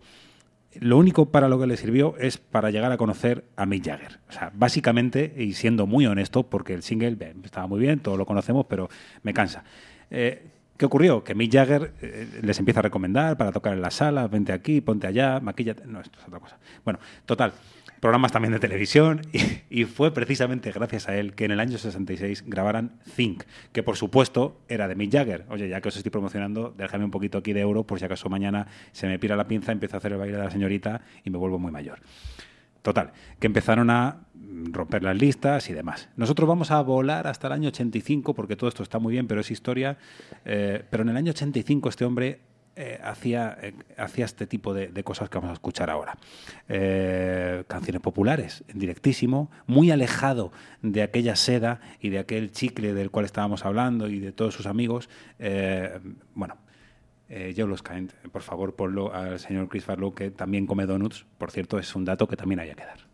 Lo único para lo que le sirvió es para llegar a conocer a Mick Jagger. O sea, básicamente, y siendo muy honesto, porque el single bien, estaba muy bien, todos lo conocemos, pero me cansa. Eh, ¿Qué ocurrió? Que Mick Jagger eh, les empieza a recomendar para tocar en la sala, vente aquí, ponte allá, maquíllate. No, esto es otra cosa. Bueno, total, programas también de televisión, y, y fue precisamente gracias a él que en el año sesenta y seis grabaran Think, que por supuesto era de Mick Jagger. Oye, ya que os estoy promocionando, déjame un poquito aquí de euro por si acaso mañana se me pira la pinza, empiezo a hacer el baile de la señorita y me vuelvo muy mayor. Total, que empezaron a romper las listas y demás. Nosotros vamos a volar hasta el año ochenta y cinco, porque todo esto está muy bien, pero es historia. Eh, pero en el año ochenta y cinco este hombre Eh, hacía, eh, hacía este tipo de, de cosas que vamos a escuchar ahora. Eh, canciones populares, directísimo, muy alejado de aquella seda y de aquel chicle del cual estábamos hablando y de todos sus amigos. Eh, bueno, eh, Joe Kind, por favor, ponlo al señor Chris Farlowe, que también come donuts. Por cierto, es un dato que también hay que dar.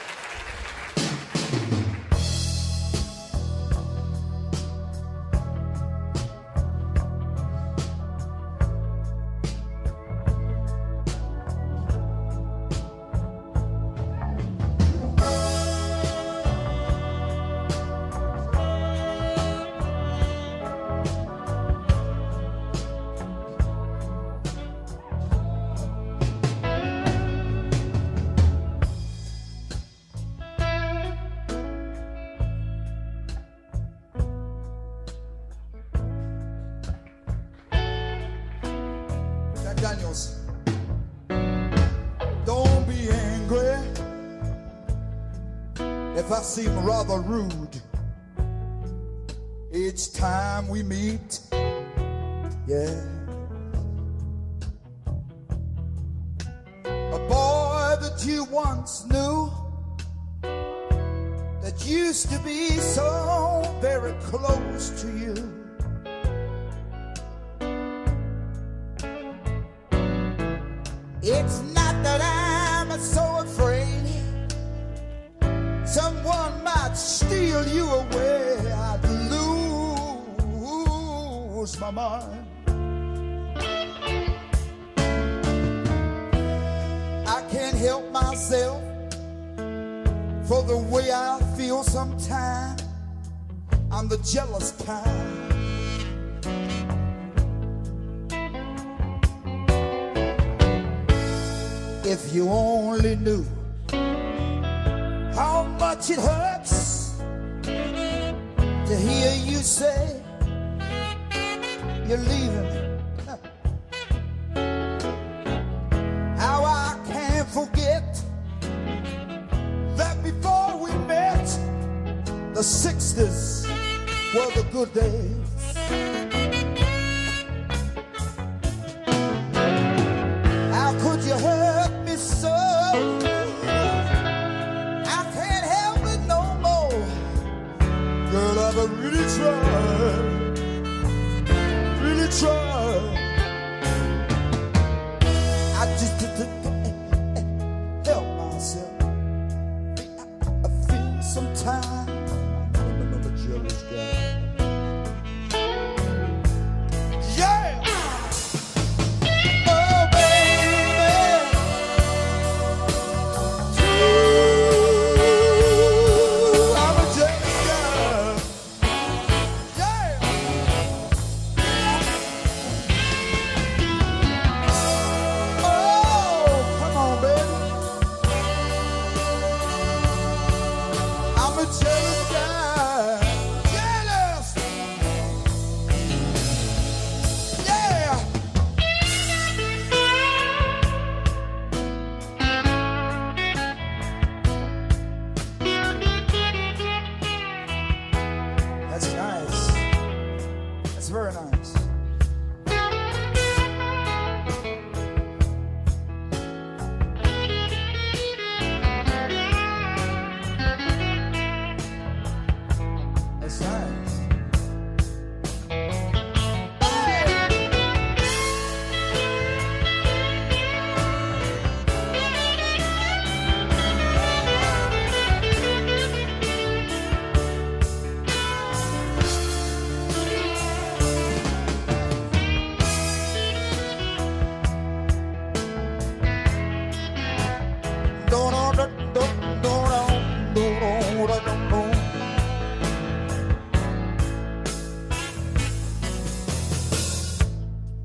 Daniels, don't be angry if I seem rather rude each time we meet, yeah. A boy that you once knew, that used to be so very close to you, it's not that I'm so afraid someone might steal you away. I'd lose my mind. I can't help myself for the way I feel sometimes. I'm the jealous kind. If you only knew how much it hurts to hear you say you're leaving. How I can't forget that before we met, the sixties were the good days. How could you hurt me so? I can't help it no more. Girl, I've really tried, really tried.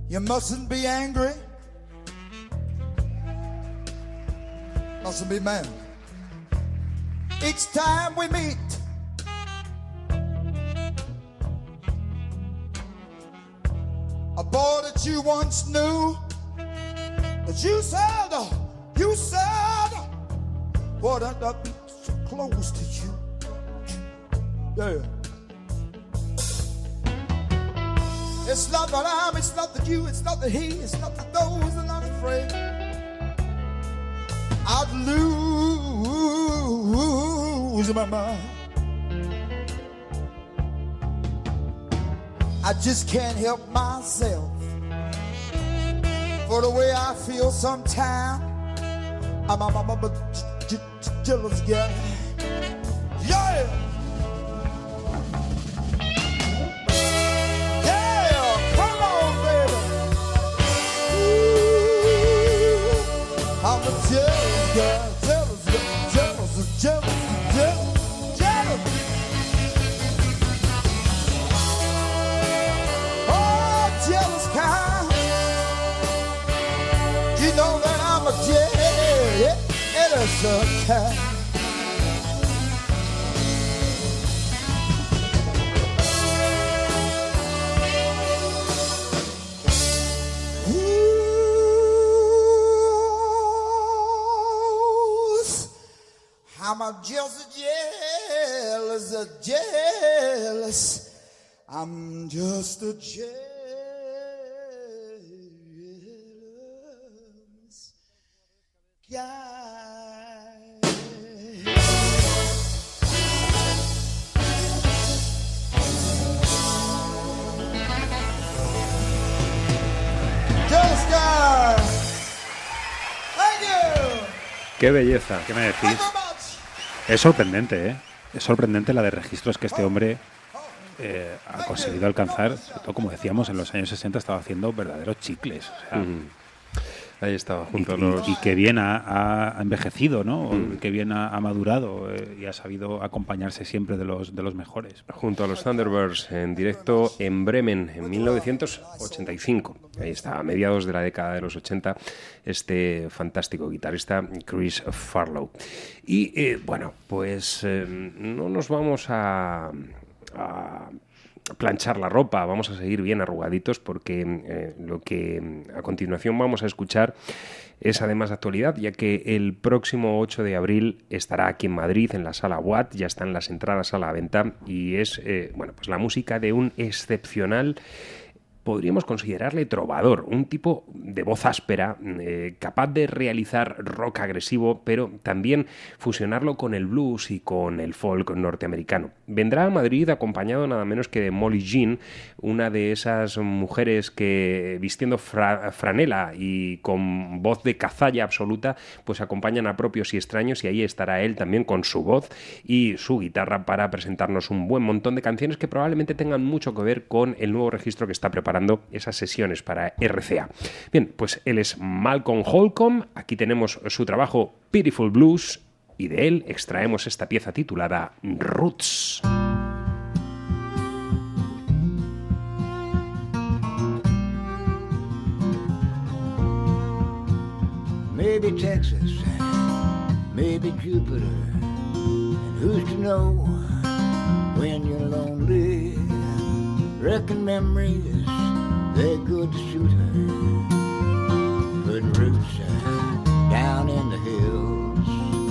You mustn't be angry. Mustn't be mad. Each time we meet, a boy that you once knew, that you said, you said, boy, that, that be so close to you. Yeah. It's not that I'm, it's not that you, it's not that he, it's not that those that I'm afraid I'd lose my mind. I just can't help myself for the way I feel sometimes. I'm, I'm, I'm a j- j- jealous guy. Yeah! I'm a jealous guy, jealous, jealous, jealous, jealous, jealous. Oh, jealous kind. You know that I'm a jealous kind. I'm a just jealous, a jealous. I'm just a jealous guy. Jealous guy. Thank you. ¡Qué belleza! ¿Qué me decís? Es sorprendente, ¿eh? Es sorprendente la de registros que este hombre eh, ha conseguido alcanzar. Sobre todo, como decíamos, en los años sesenta estaba haciendo verdaderos chicles. O sea, mm. Ahí estaba, junto y, a los... Y, y que bien ha, ha envejecido, ¿no? Mm. Que bien ha, ha madurado eh, y ha sabido acompañarse siempre de los, de los mejores. Junto a los Thunderbirds, en directo en Bremen, en mil novecientos ochenta y cinco. Ahí está, a mediados de la década de los ochenta, este fantástico guitarrista Chris Farlow. Y, eh, bueno, pues eh, no nos vamos a... a planchar la ropa, vamos a seguir bien arrugaditos porque eh, lo que a continuación vamos a escuchar es además de actualidad, ya que el próximo ocho de abril estará aquí en Madrid en la Sala Watt, ya están las entradas a la venta y es eh, bueno, pues la música de un excepcional, podríamos considerarle trovador, un tipo de voz áspera, eh, capaz de realizar rock agresivo, pero también fusionarlo con el blues y con el folk norteamericano. Vendrá a Madrid acompañado nada menos que de Molly Jean, una de esas mujeres que vistiendo fra- franela y con voz de cazalla absoluta, pues acompañan a propios y extraños, y ahí estará él también con su voz y su guitarra para presentarnos un buen montón de canciones que probablemente tengan mucho que ver con el nuevo registro que está preparando esas sesiones para R C A. Bien, pues él es Malcolm Holcomb, aquí tenemos su trabajo Pitiful Blues y de él extraemos esta pieza titulada Roots. Maybe Texas, maybe Jupiter, and who's to know when you're lonely? Reckon memories, they're good to suit her. Putting roots uh, down in the hills.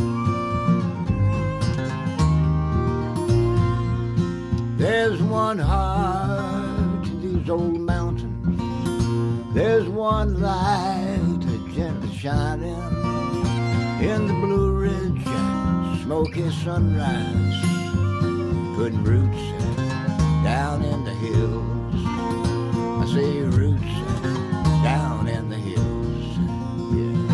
There's one heart to these old mountains. There's one light that gently shining in the Blue Ridge, smoky sunrise. Putting roots uh, down in the hills. I say roots down in the hills, yeah.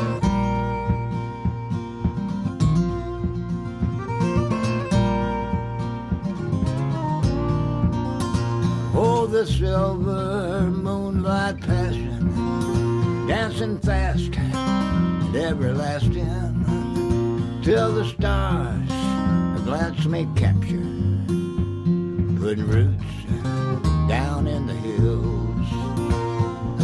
Oh, the silver moonlight passing, dancing fast and everlasting, till the stars a glance may capture. Putting roots down in the hills.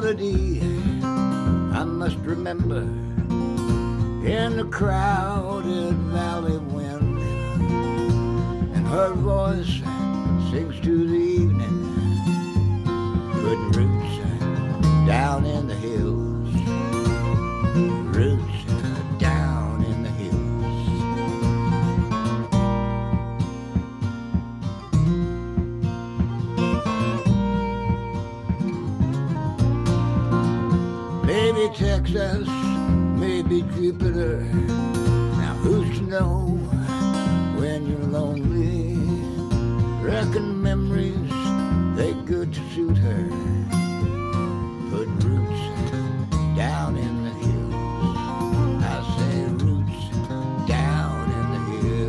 melody I must remember in the crowded valley wind, and her voice sings to the evening, putting roots down in the hills, roots down in the hills. Maybe Texas, maybe Jupiter, now who's to know when you're lonely? Reckon memories, they good to suit her, put roots down in the hills. I say roots down in the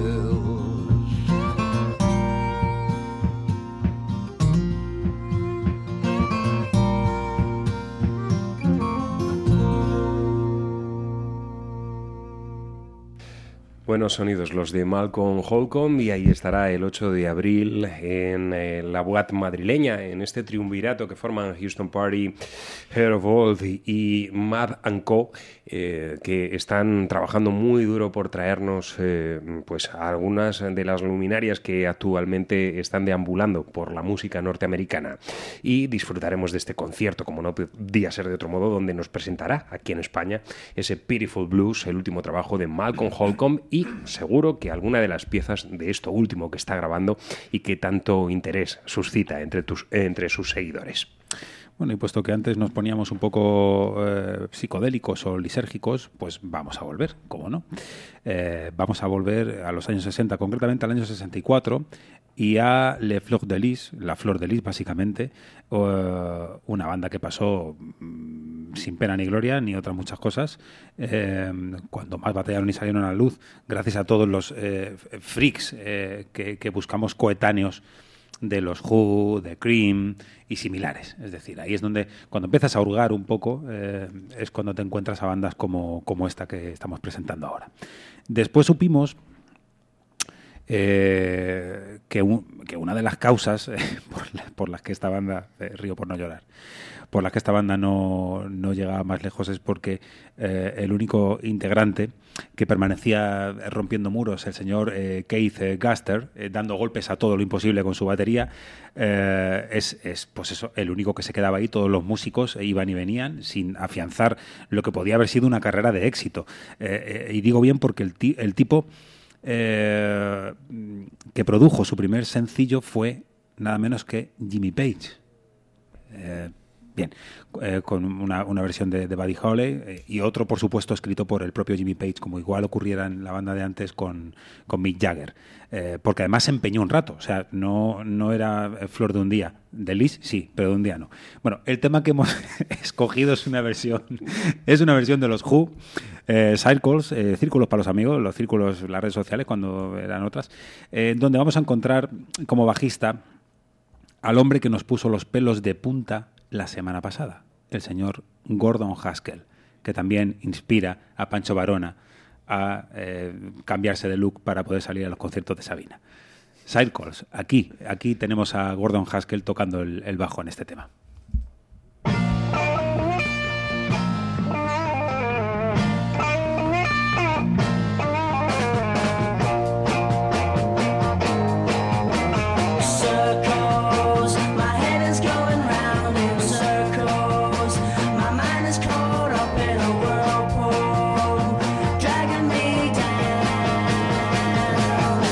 Buenos sonidos los de Malcolm Holcomb, y ahí estará el ocho de abril en eh, la Boat madrileña, en este triunvirato que forman Houston Party, Hair of Old y Mad and Co, eh, que están trabajando muy duro por traernos eh, pues algunas de las luminarias que actualmente están deambulando por la música norteamericana, y disfrutaremos de este concierto, como no podía ser de otro modo, donde nos presentará aquí en España ese Pitiful Blues, el último trabajo de Malcolm Holcomb, y seguro que alguna de las piezas de esto último que está grabando y que tanto interés suscita entre, tus, entre sus seguidores. Bueno, y puesto que antes nos poníamos un poco eh, psicodélicos o lisérgicos, pues vamos a volver, ¿cómo no? Eh, vamos a volver a los años sesenta, concretamente al año sesenta y cuatro, y a Le Fleur de Lis, la Flor de Lis básicamente, uh, una banda que pasó mmm, sin pena ni gloria, ni otras muchas cosas, eh, cuando más batallaron y salieron a la luz, gracias a todos los eh, freaks eh, que, que buscamos coetáneos de los Who, de Cream y similares. Es decir, ahí es donde, cuando empiezas a hurgar un poco, eh, es cuando te encuentras a bandas como, como esta que estamos presentando ahora. Después supimos eh, que, un, que una de las causas eh, por, la, por las que esta banda, eh, río por no llorar, por las que esta banda no, no llegaba más lejos es porque eh, el único integrante que permanecía rompiendo muros, el señor eh, Keith eh, Gaster, eh, dando golpes a todo lo imposible con su batería, eh, es, es pues eso, el único que se quedaba ahí. Todos los músicos iban y venían sin afianzar lo que podía haber sido una carrera de éxito. Eh, eh, y digo bien porque el, ti, el tipo eh, que produjo su primer sencillo fue nada menos que Jimmy Page. Eh, Bien, eh, con una, una versión de, de Buddy Holly eh, y otro, por supuesto, escrito por el propio Jimmy Page, como igual ocurriera en la banda de antes con, con Mick Jagger. Eh, porque además se empeñó un rato, o sea, no, no era flor de un día. De Lis, sí, pero de un día no. Bueno, el tema que hemos escogido es una versión, es una versión de los Who, eh, Circles, eh, círculos para los amigos, los círculos, las redes sociales, cuando eran otras, eh, donde vamos a encontrar como bajista al hombre que nos puso los pelos de punta la semana pasada, el señor Gordon Haskell, que también inspira a Pancho Varona a eh, cambiarse de look para poder salir a los conciertos de Sabina. Circles, aquí, aquí tenemos a Gordon Haskell tocando el, el bajo en este tema.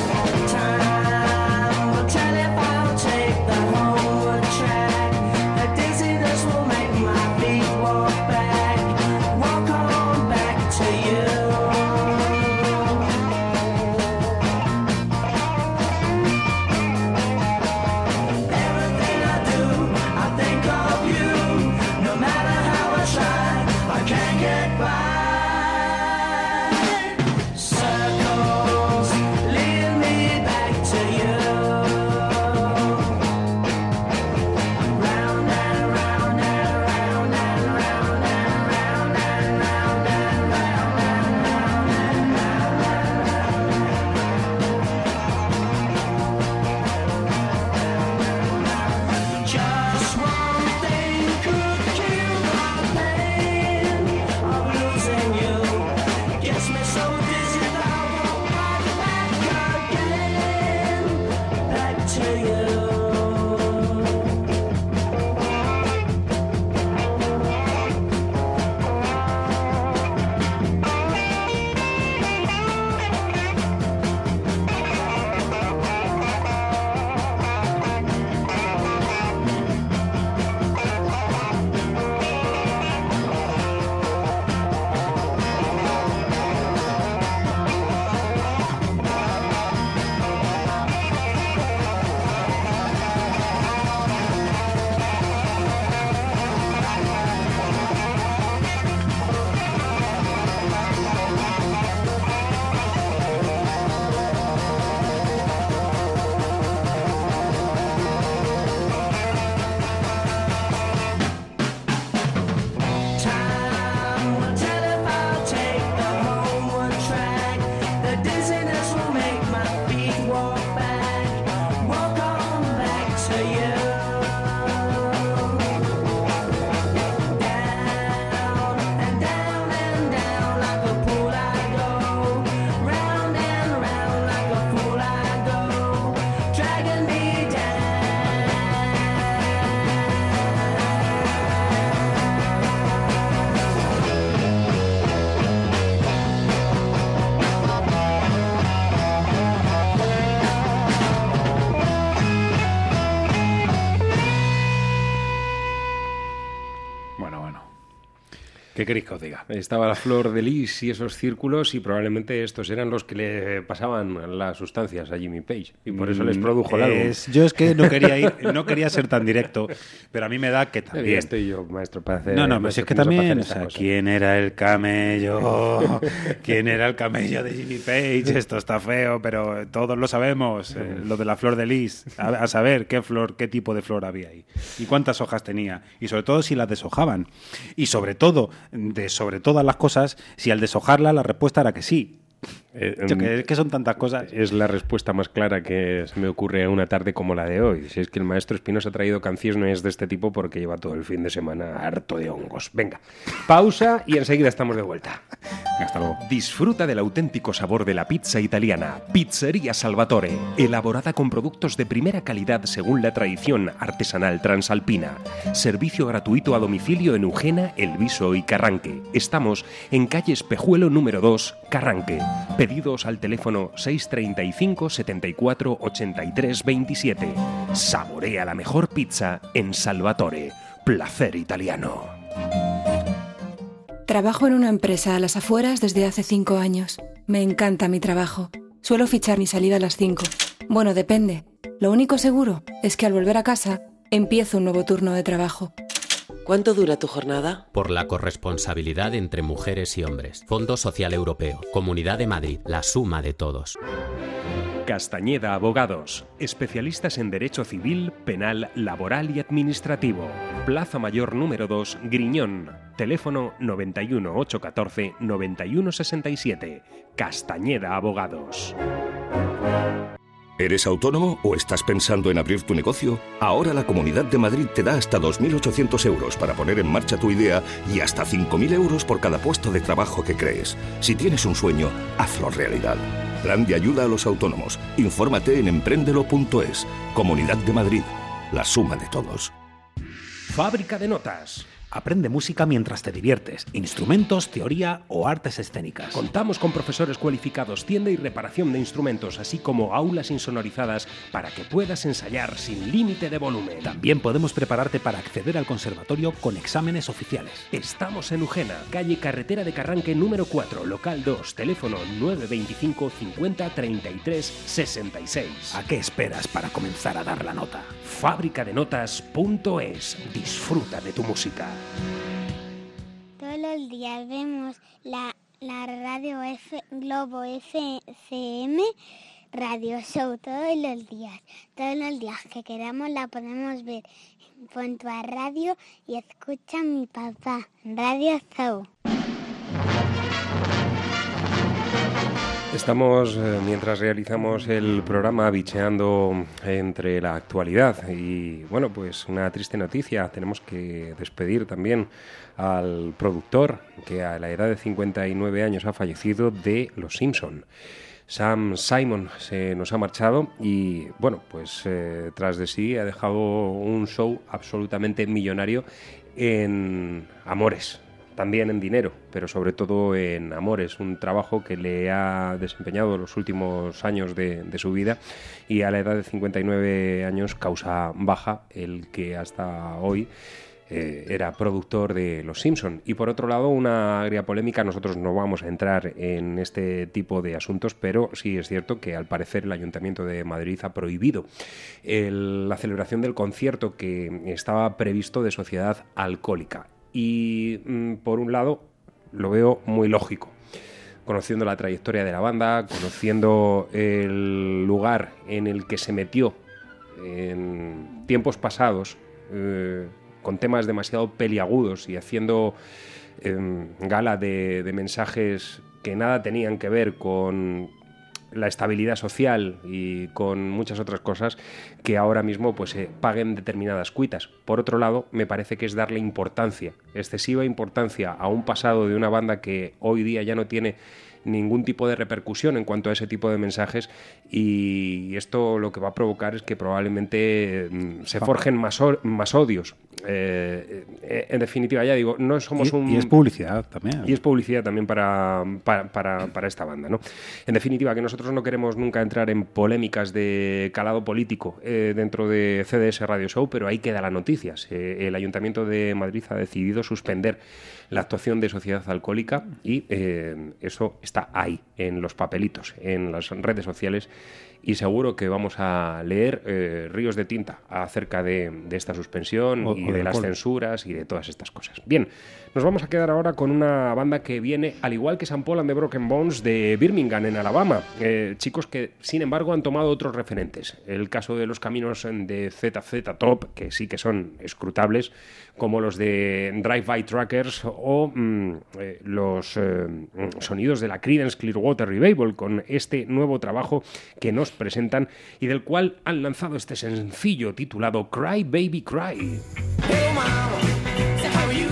Time will tell if I'll take the homeward track. ¿Qué queréis que os diga? Estaba la Flor de Lis y esos círculos y probablemente estos eran los que le pasaban las sustancias a Jimmy Page y por eso les produjo el álbum. Es, yo es que no quería ir, no quería ser tan directo, pero a mí me da que también... Estoy yo, maestro, para hacer... No, no, pero si es que también, o sea, ¿quién era el camello? ¿Quién era el camello de Jimmy Page? Esto está feo, pero todos lo sabemos, eh, lo de la Flor de Lis. A, a saber qué flor, qué tipo de flor había ahí y cuántas hojas tenía y sobre todo si las deshojaban y sobre todo, de sobre todas las cosas, si al deshojarla la respuesta era que sí. Eh, Yo, que, que son tantas cosas. Es la respuesta más clara que se me ocurre a una tarde como la de hoy. Si es que el maestro Espinosa ha traído canciones de este tipo porque lleva todo el fin de semana harto de hongos. Venga, pausa y enseguida estamos de vuelta. Hasta luego. Disfruta del auténtico sabor de la pizza italiana. Pizzería Salvatore, elaborada con productos de primera calidad según la tradición artesanal transalpina. Servicio gratuito a domicilio en Eugena, El Viso y Carranque. Estamos en calle Espejuelo número dos, Carranque. Pedidos al teléfono seis treinta y cinco, setenta y cuatro, ochenta y tres, veintisiete. Saborea la mejor pizza en Salvatore. Placer italiano. Trabajo en una empresa a las afueras desde hace cinco años. Me encanta mi trabajo. Suelo fichar mi salida a las cinco. Bueno, depende. Lo único seguro es que al volver a casa empiezo un nuevo turno de trabajo. ¿Cuánto dura tu jornada? Por la corresponsabilidad entre mujeres y hombres. Fondo Social Europeo. Comunidad de Madrid. La suma de todos. Castañeda Abogados. Especialistas en Derecho Civil, Penal, Laboral y Administrativo. Plaza Mayor número dos, Griñón. Teléfono noventa y uno, ochocientos catorce, noventa y uno, sesenta y siete. Castañeda Abogados. ¿Eres autónomo o estás pensando en abrir tu negocio? Ahora la Comunidad de Madrid te da hasta dos mil ochocientos euros para poner en marcha tu idea y hasta cinco mil euros por cada puesto de trabajo que crees. Si tienes un sueño, hazlo realidad. Plan de ayuda a los autónomos. Infórmate en emprendelo punto es. Comunidad de Madrid. La suma de todos. Fábrica de Notas. Aprende música mientras te diviertes, instrumentos, teoría o artes escénicas. Contamos con profesores cualificados, tienda y reparación de instrumentos, así como aulas insonorizadas para que puedas ensayar sin límite de volumen. También podemos prepararte para acceder al conservatorio con exámenes oficiales. Estamos en Eugena, calle Carretera de Carranque número cuatro, local dos, teléfono nueve veinticinco, cincuenta, treinta y tres, sesenta y seis. ¿A qué esperas para comenzar a dar la nota? Fábrica de Notas punto es. Disfruta de tu música. Todos los días vemos la, la radio F, Globo F M Radio Show, todos los días. Todos los días que queramos la podemos ver. Pon tu radio y escucha a mi papá. Radio Show. Estamos, eh, mientras realizamos el programa, bicheando entre la actualidad y, bueno, pues una triste noticia. Tenemos que despedir también al productor que a la edad de cincuenta y nueve años ha fallecido de Los Simpson. Sam Simon se nos ha marchado y, bueno, pues eh, tras de sí ha dejado un show absolutamente millonario en amores. También en dinero, pero sobre todo en amores, un trabajo que le ha desempeñado los últimos años de, de su vida y a la edad de cincuenta y nueve años causa baja el que hasta hoy eh, era productor de Los Simpson. Y por otro lado, una agria polémica, nosotros no vamos a entrar en este tipo de asuntos, pero sí es cierto que al parecer el Ayuntamiento de Madrid ha prohibido el, la celebración del concierto que estaba previsto de Sociedad Alcohólica. Y mm, por un lado lo veo muy lógico, conociendo la trayectoria de la banda, conociendo el lugar en el que se metió en tiempos pasados, eh, con temas demasiado peliagudos y haciendo eh, gala de, de mensajes que nada tenían que ver con la estabilidad social y con muchas otras cosas, que ahora mismo pues se eh, paguen determinadas cuitas. Por otro lado, me parece que es darle importancia, excesiva importancia, a un pasado de una banda que hoy día ya no tiene ningún tipo de repercusión en cuanto a ese tipo de mensajes, y esto lo que va a provocar es que probablemente mm, se forjen más, más odios. Eh, eh, en definitiva, ya digo, no somos y, un... Y es publicidad también. Y es publicidad también para, para, para, para esta banda, ¿no? En definitiva, que nosotros no queremos nunca entrar en polémicas de calado político eh, dentro de C D S Radio Show, pero ahí queda la noticia. Eh, el Ayuntamiento de Madrid ha decidido suspender la actuación de Sociedad Alcohólica y eh, eso está ahí, en los papelitos, en las redes sociales, y seguro que vamos a leer eh, ríos de tinta acerca de, de esta suspensión o, y o de, de las censuras y de todas estas cosas. Bien, nos vamos a quedar ahora con una banda que viene, al igual que Sam Paul and the Broken Bones, de Birmingham, en Alabama. Eh, chicos que, sin embargo, han tomado otros referentes. El caso de los caminos de Z Z Top, que sí que son escrutables, como los de Drive-By Truckers o mmm, eh, los eh, sonidos de la Creedence Clearwater Revival, con este nuevo trabajo que nos presentan y del cual han lanzado este sencillo titulado Cry Baby Cry. Hey mama, say how are you?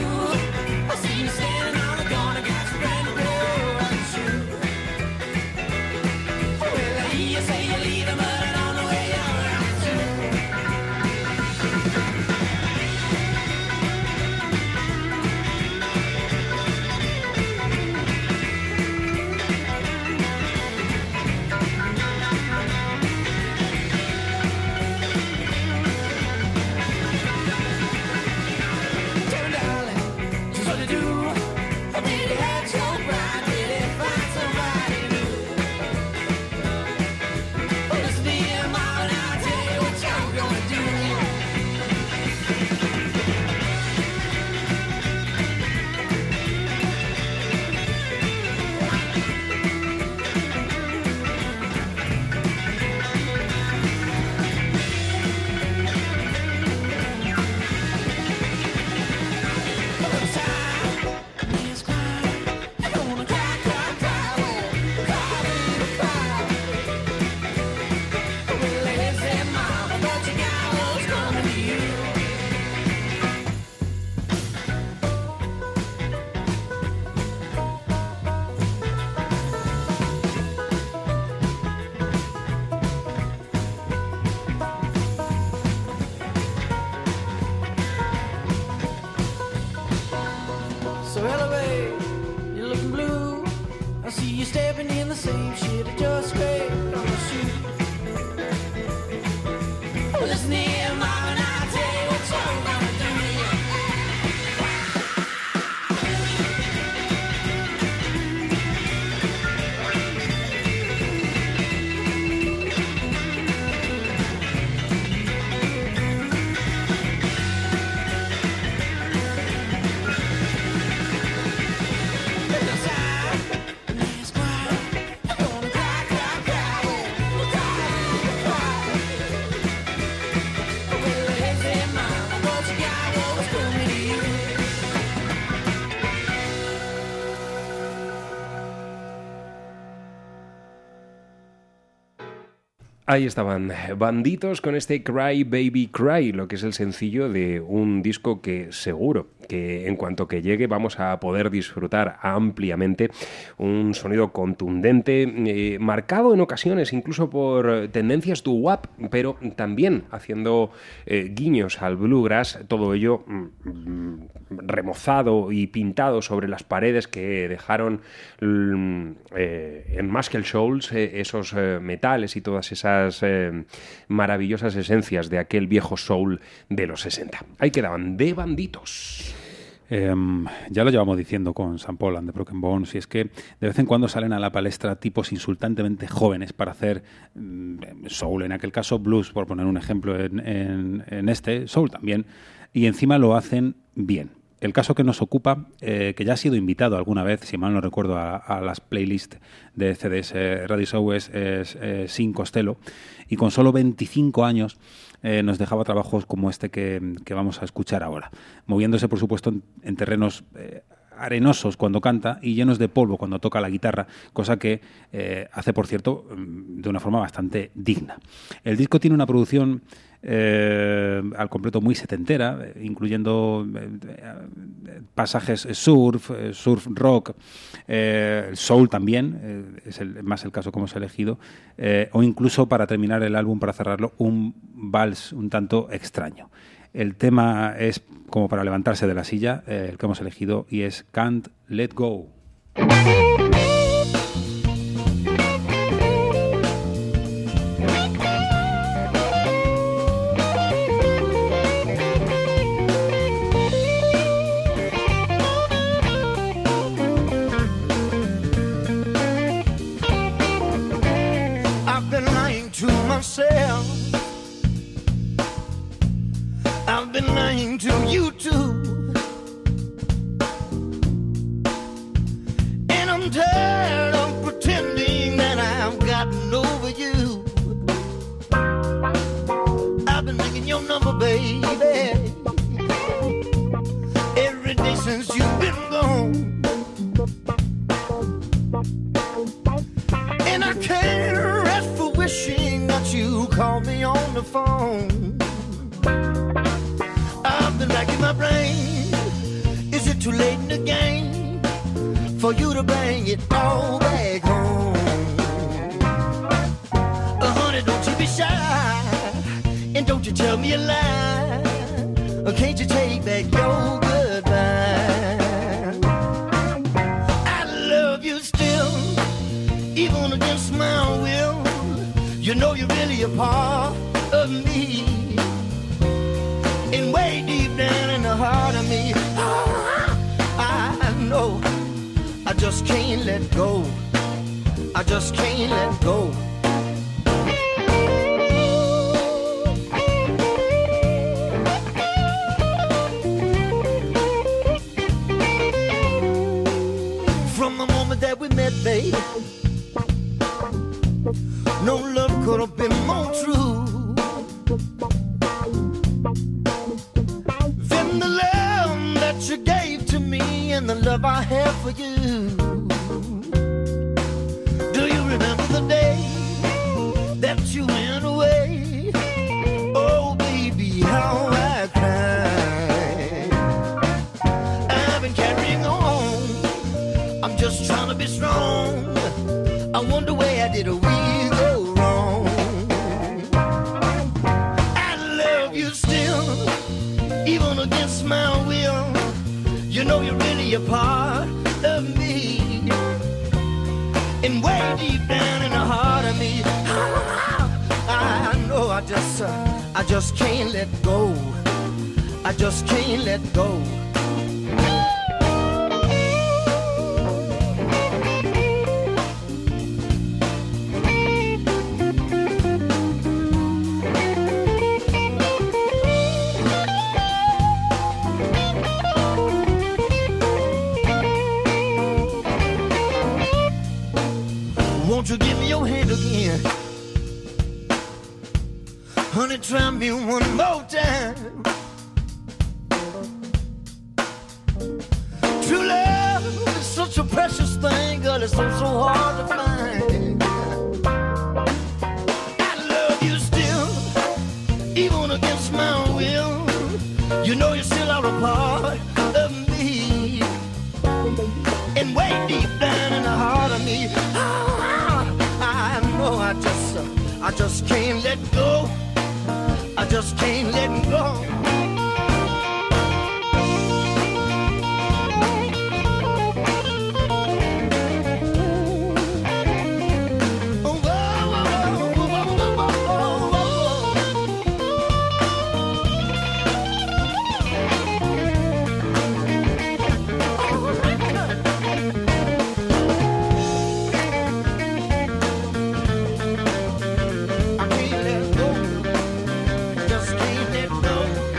Ahí estaban, Banditos con este Cry Baby Cry, lo que es el sencillo de un disco que seguro que en cuanto que llegue vamos a poder disfrutar ampliamente. Un sonido contundente, eh, marcado en ocasiones incluso por tendencias doo-wop, pero también haciendo eh, guiños al bluegrass, todo ello mm, remozado y pintado sobre las paredes que dejaron mm, eh, en Muscle Shoals eh, esos eh, metales y todas esas Eh, maravillosas esencias de aquel viejo soul de los sesenta. Ahí quedaban, de Banditos. Eh, ya lo llevamos diciendo con Sam Paul and the Broken Bones, y es que de vez en cuando salen a la palestra tipos insultantemente jóvenes para hacer mm, soul, en aquel caso blues, por poner un ejemplo, en, en, en este, soul también, y encima lo hacen bien. El caso que nos ocupa, eh, que ya ha sido invitado alguna vez, si mal no recuerdo, a, a las playlists de C D S Radio Show, es, es, es Sin Costello, y con solo veinticinco años eh, nos dejaba trabajos como este que, que vamos a escuchar ahora, moviéndose, por supuesto, en, en terrenos eh, arenosos cuando canta y llenos de polvo cuando toca la guitarra, cosa que eh, hace, por cierto, de una forma bastante digna. El disco tiene una producción eh, al completo muy setentera, incluyendo eh, pasajes surf, eh, surf rock, eh, el soul también, eh, es el, más el caso como se ha elegido, eh, o incluso para terminar el álbum, para cerrarlo, un vals un tanto extraño. El tema es como para levantarse de la silla, eh, el que hemos elegido, y es Can't Let Go. I've been lying to myself. I've been lying to you too. And I'm tired of pretending that I've gotten over you. I've been making your number, baby, every day since you've been gone. And I can't rest for wishing that you called me on the phone. I've been racking my brain. Is it too late in the game for you to bring it all back home? Uh, honey, don't you be shy, and don't you tell me a lie. Or can't you take back your goodbye? I love you still, even against my will. You know you're really a part of me. And way deep down in the heart of me, oh, I know I just can't let go. I just can't let go. From the moment that we met, babe, no love could have been more true. Then the love that you gave to me and the love I have for you. Do you remember the day that you went away? Oh, baby, how I cried. I've been carrying on. I'm just trying to be strong. I wonder where I did a we go wrong. I love you still, even against my will. You know you're really a part of me. And way deep down in the heart of me, I know I just, uh, I just can't let go. I just can't let go. Won't you give me your hand again? Honey, try me one more time. True love is such a precious thing, girl, it's so, so hard to find. I love you still, even against my will. You know you still are a part of me. And way deep down in the heart of me, I know I just, uh, I just can't let go. I just can't let go. I can't let go. Just can't let go.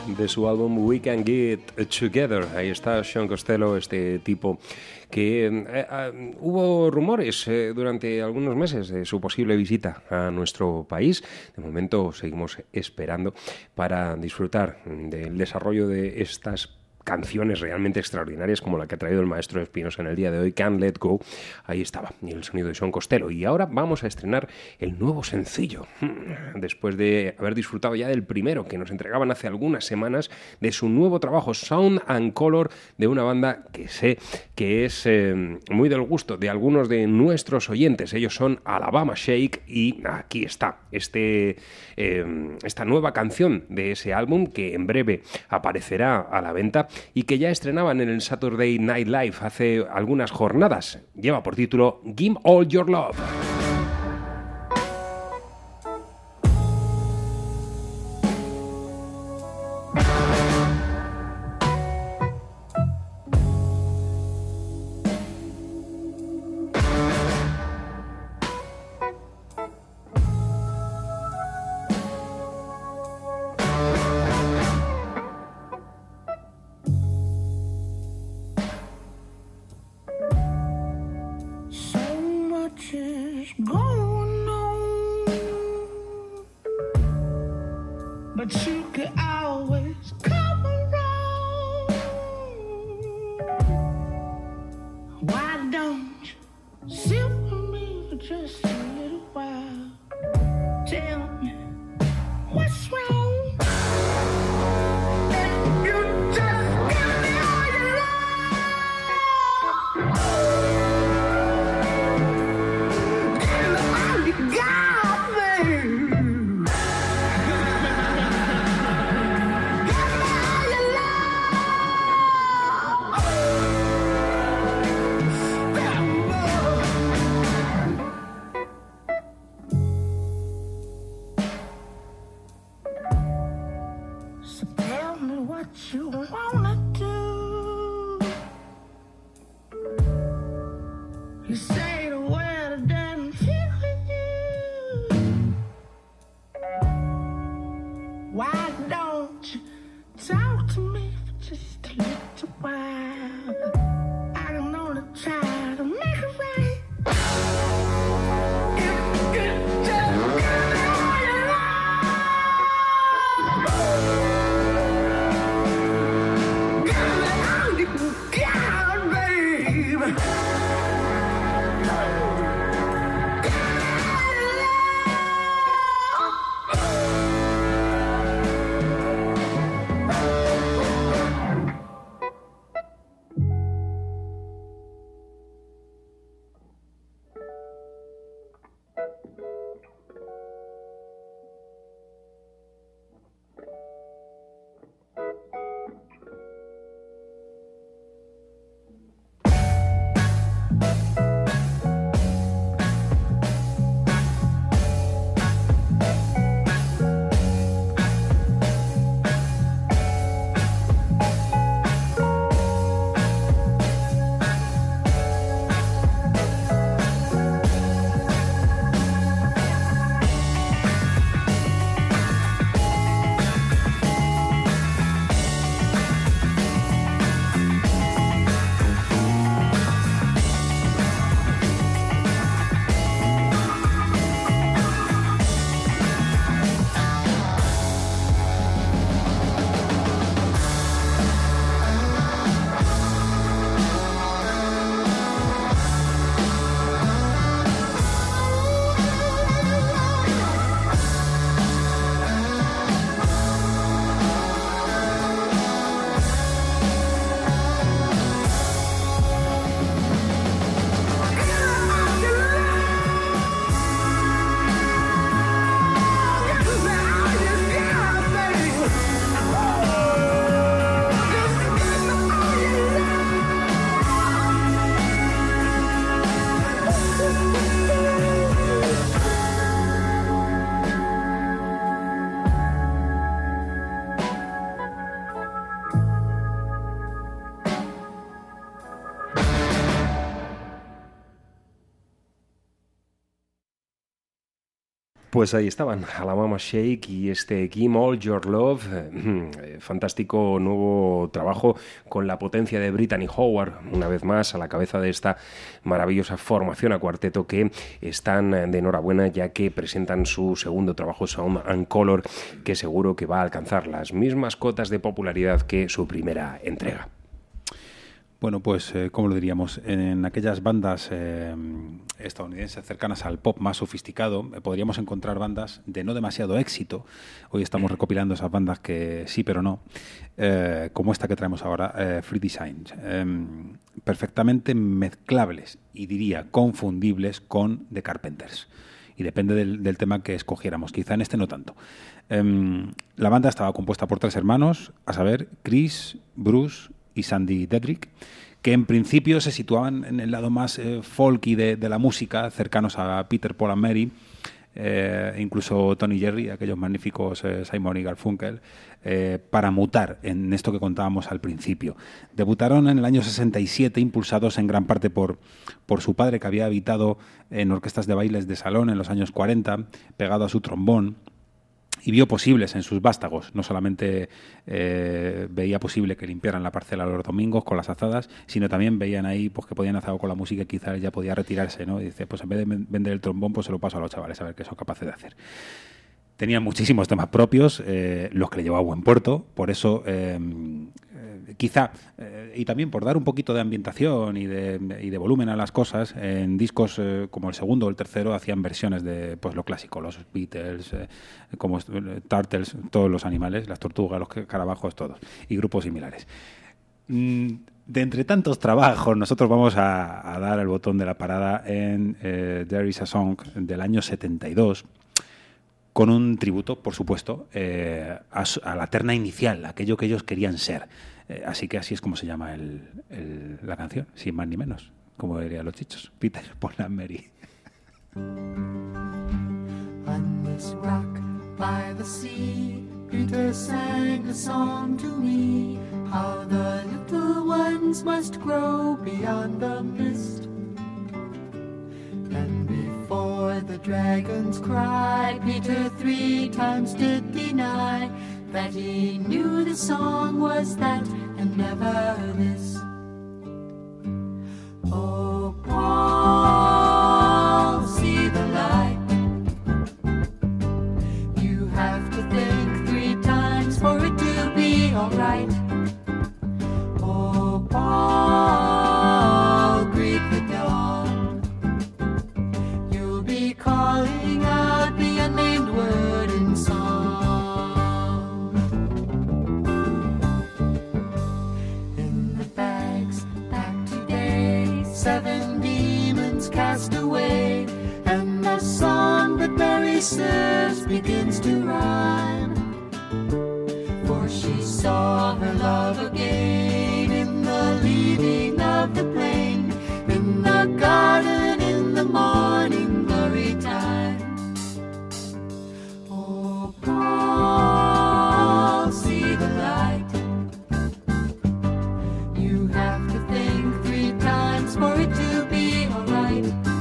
de su álbum We Can Get Together. Ahí está Sean Costello, este tipo que eh, eh, hubo rumores eh, durante algunos meses de su posible visita a nuestro país. De momento seguimos esperando para disfrutar del desarrollo de estas canciones realmente extraordinarias como la que ha traído el maestro Espinosa en el día de hoy, Can't Let Go. Ahí estaba, y el sonido de Sean Costello. Y ahora vamos a estrenar el nuevo sencillo, después de haber disfrutado ya del primero que nos entregaban hace algunas semanas, de su nuevo trabajo, Sound and Color, de una banda que sé que es eh, muy del gusto de algunos de nuestros oyentes. Ellos son Alabama Shake, y aquí está este, eh, esta nueva canción de ese álbum que en breve aparecerá a la venta y que ya estrenaban en el Saturday Night Live hace algunas jornadas. Lleva por título Give All Your Love. Pues ahí estaban, Alabama Shake y este Give All Your Love, eh, fantástico nuevo trabajo con la potencia de Brittany Howard, una vez más a la cabeza de esta maravillosa formación a cuarteto que están de enhorabuena ya que presentan su segundo trabajo Sound and Color, que seguro que va a alcanzar las mismas cotas de popularidad que su primera entrega. Bueno, pues, eh, ¿cómo lo diríamos? En aquellas bandas eh, estadounidenses cercanas al pop más sofisticado, eh, podríamos encontrar bandas de no demasiado éxito. Hoy estamos recopilando esas bandas que sí, pero no, eh, como esta que traemos ahora, eh, Free Design. Eh, perfectamente mezclables y diría confundibles con The Carpenters. Y depende del, del tema que escogiéramos. Quizá en este no tanto. Eh, la banda estaba compuesta por tres hermanos, a saber, Chris, Bruce y Sandy Dedrick, que en principio se situaban en el lado más eh, folky de, de la música, cercanos a Peter, Paul and Mary, eh, incluso Tony Jerry, aquellos magníficos eh, Simon y Garfunkel, eh, para mutar en esto que contábamos al principio. Debutaron en el año sesenta y siete, impulsados en gran parte por, por su padre, que había habitado en orquestas de bailes de salón en los años cuarenta, pegado a su trombón, y vio posibles en sus vástagos. No solamente eh, veía posible que limpiaran la parcela los domingos con las azadas, sino también veían ahí pues que podían hacer algo con la música y quizás ya podía retirarse, ¿no? Y dice, pues en vez de vender el trombón, pues se lo paso a los chavales a ver qué son capaces de hacer. Tenían muchísimos temas propios, eh, los que le llevó a buen puerto, por eso eh, eh, quizá, eh, y también por dar un poquito de ambientación y de, y de volumen a las cosas, en discos eh, como el segundo o el tercero hacían versiones de pues lo clásico, los Beatles, eh, como eh, Turtles, todos los animales, las tortugas, los carabajos, todos, y grupos similares. Mm, de entre tantos trabajos, nosotros vamos a, a dar el botón de la parada en eh, There Is a Song del año setenta y dos, con un tributo, por supuesto, eh, a, a la terna inicial, aquello que ellos querían ser. Eh, así que así es como se llama el, el, la canción, sin más ni menos, como dirían los chichos, Peter, Paul and Mary. On this rock by the sea, Peter sang a song to me, how the little ones must grow beyond the mist. And before the dragon's cry, Peter three times did deny that he knew the song was that and never this. Oh, Paul, see the light. You have to think three times for it to be all right. Oh, Paul, greet the dawn. Calling out the unnamed word in song. In the bags back today, seven demons cast away, and the song that Mary says begins to rhyme. For she saw her love again in the leading of the plain, in the garden in the morning time. Oh, Paul, see the light. You have to think three times for it to be all right.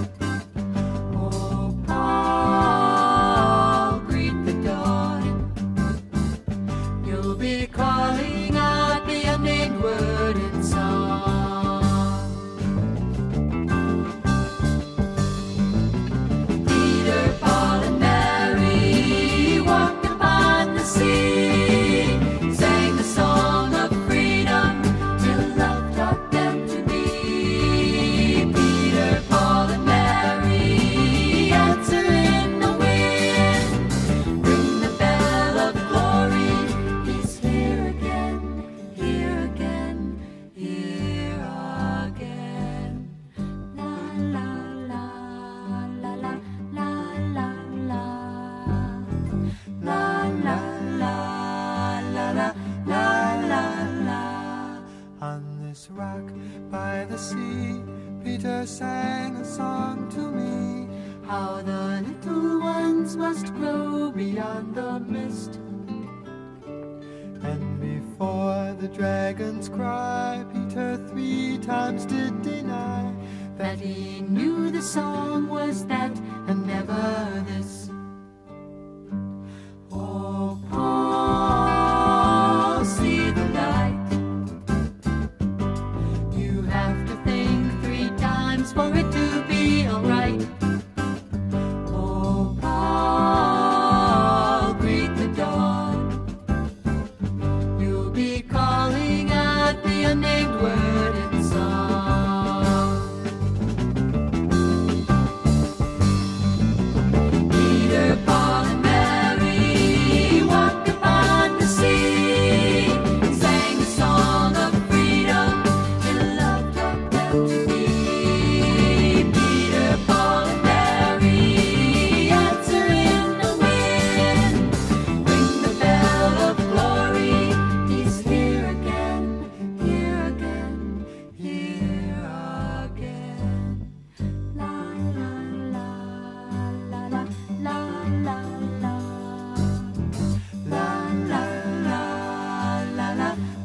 Oh, Paul, greet the dawn. You'll be calling out the unnamed word in song. Rock by the sea, Peter sang a song to me, how the little ones must grow beyond the mist. And before the dragon's cry, Peter three times did deny that he knew the song was that and never this.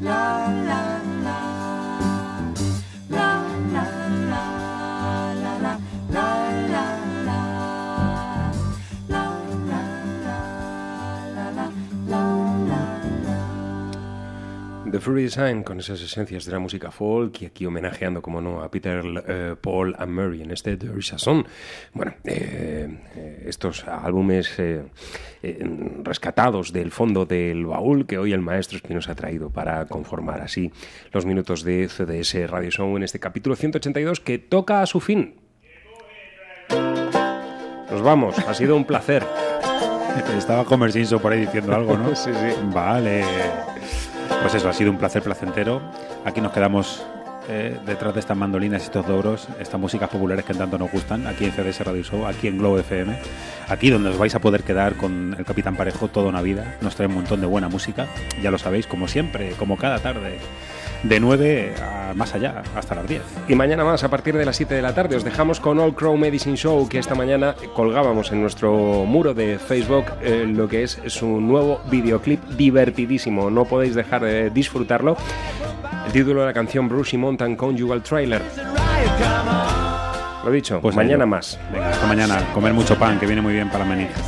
The Free Design, con esas esencias de la música folk, y aquí homenajeando, como no, a Peter, eh, Paul and Mary en este There Is a Song. Bueno, eh, estos álbumes eh, eh, rescatados del fondo del baúl que hoy el maestro Espinosa ha traído para conformar así los minutos de C D S Radio Show en este capítulo ciento ochenta y dos que toca a su fin. Nos vamos, ha sido un placer. Estaba Homer Simpson por ahí diciendo algo, ¿no? Sí, sí. Vale. Pues eso, ha sido un placer placentero. Aquí nos quedamos eh, detrás de estas mandolinas y estos dobros, estas músicas populares que tanto nos gustan, aquí en C D S Radio Show, aquí en Globo F M, aquí donde os vais a poder quedar con el Capitán Parejo toda una vida. Nos trae un montón de buena música, ya lo sabéis, como siempre, como cada tarde, de nueve a más allá, hasta las diez. Y mañana más, a partir de las siete de la tarde, os dejamos con Old Crow Medicine Show, que esta mañana colgábamos en nuestro muro de Facebook eh, lo que es su nuevo videoclip divertidísimo. No podéis dejar de disfrutarlo. El título de la canción, Brucey Mountain Conjugal Trailer. Lo dicho, pues mañana más. Venga, hasta mañana. Comer mucho pan, que viene muy bien para la meninge.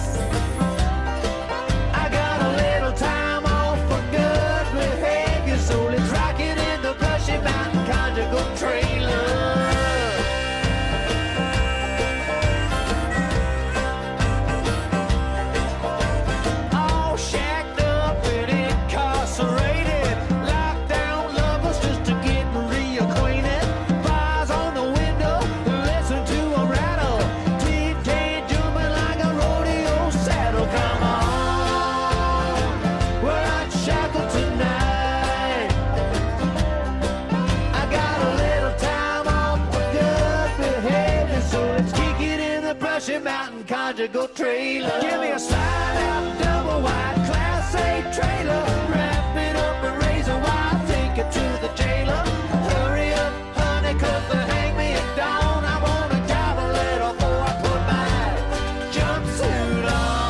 Conjugal trailer. Give me a slide out, double wide, class A trailer. Wrap it up and razor wire, take it to the jailer. Hurry up, honey, cause they hang me at dawn. I wanna drive a little before I put my jumpsuit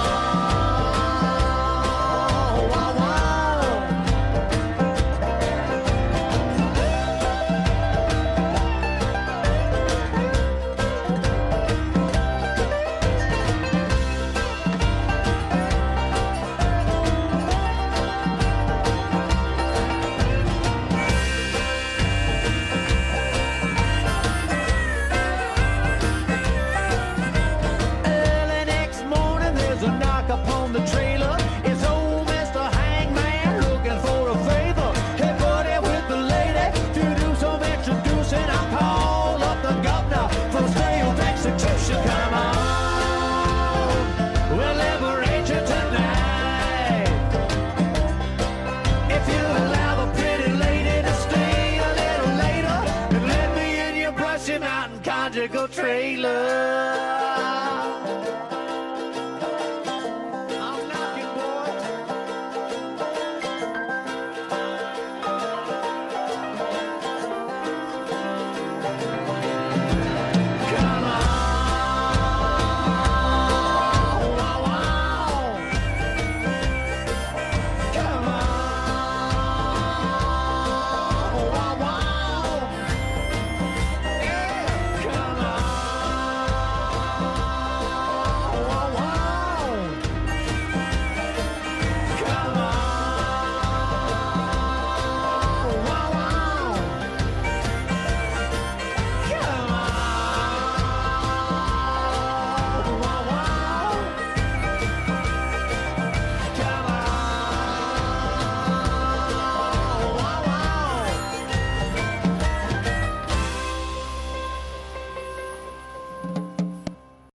on. Wow, Conjugal trailer.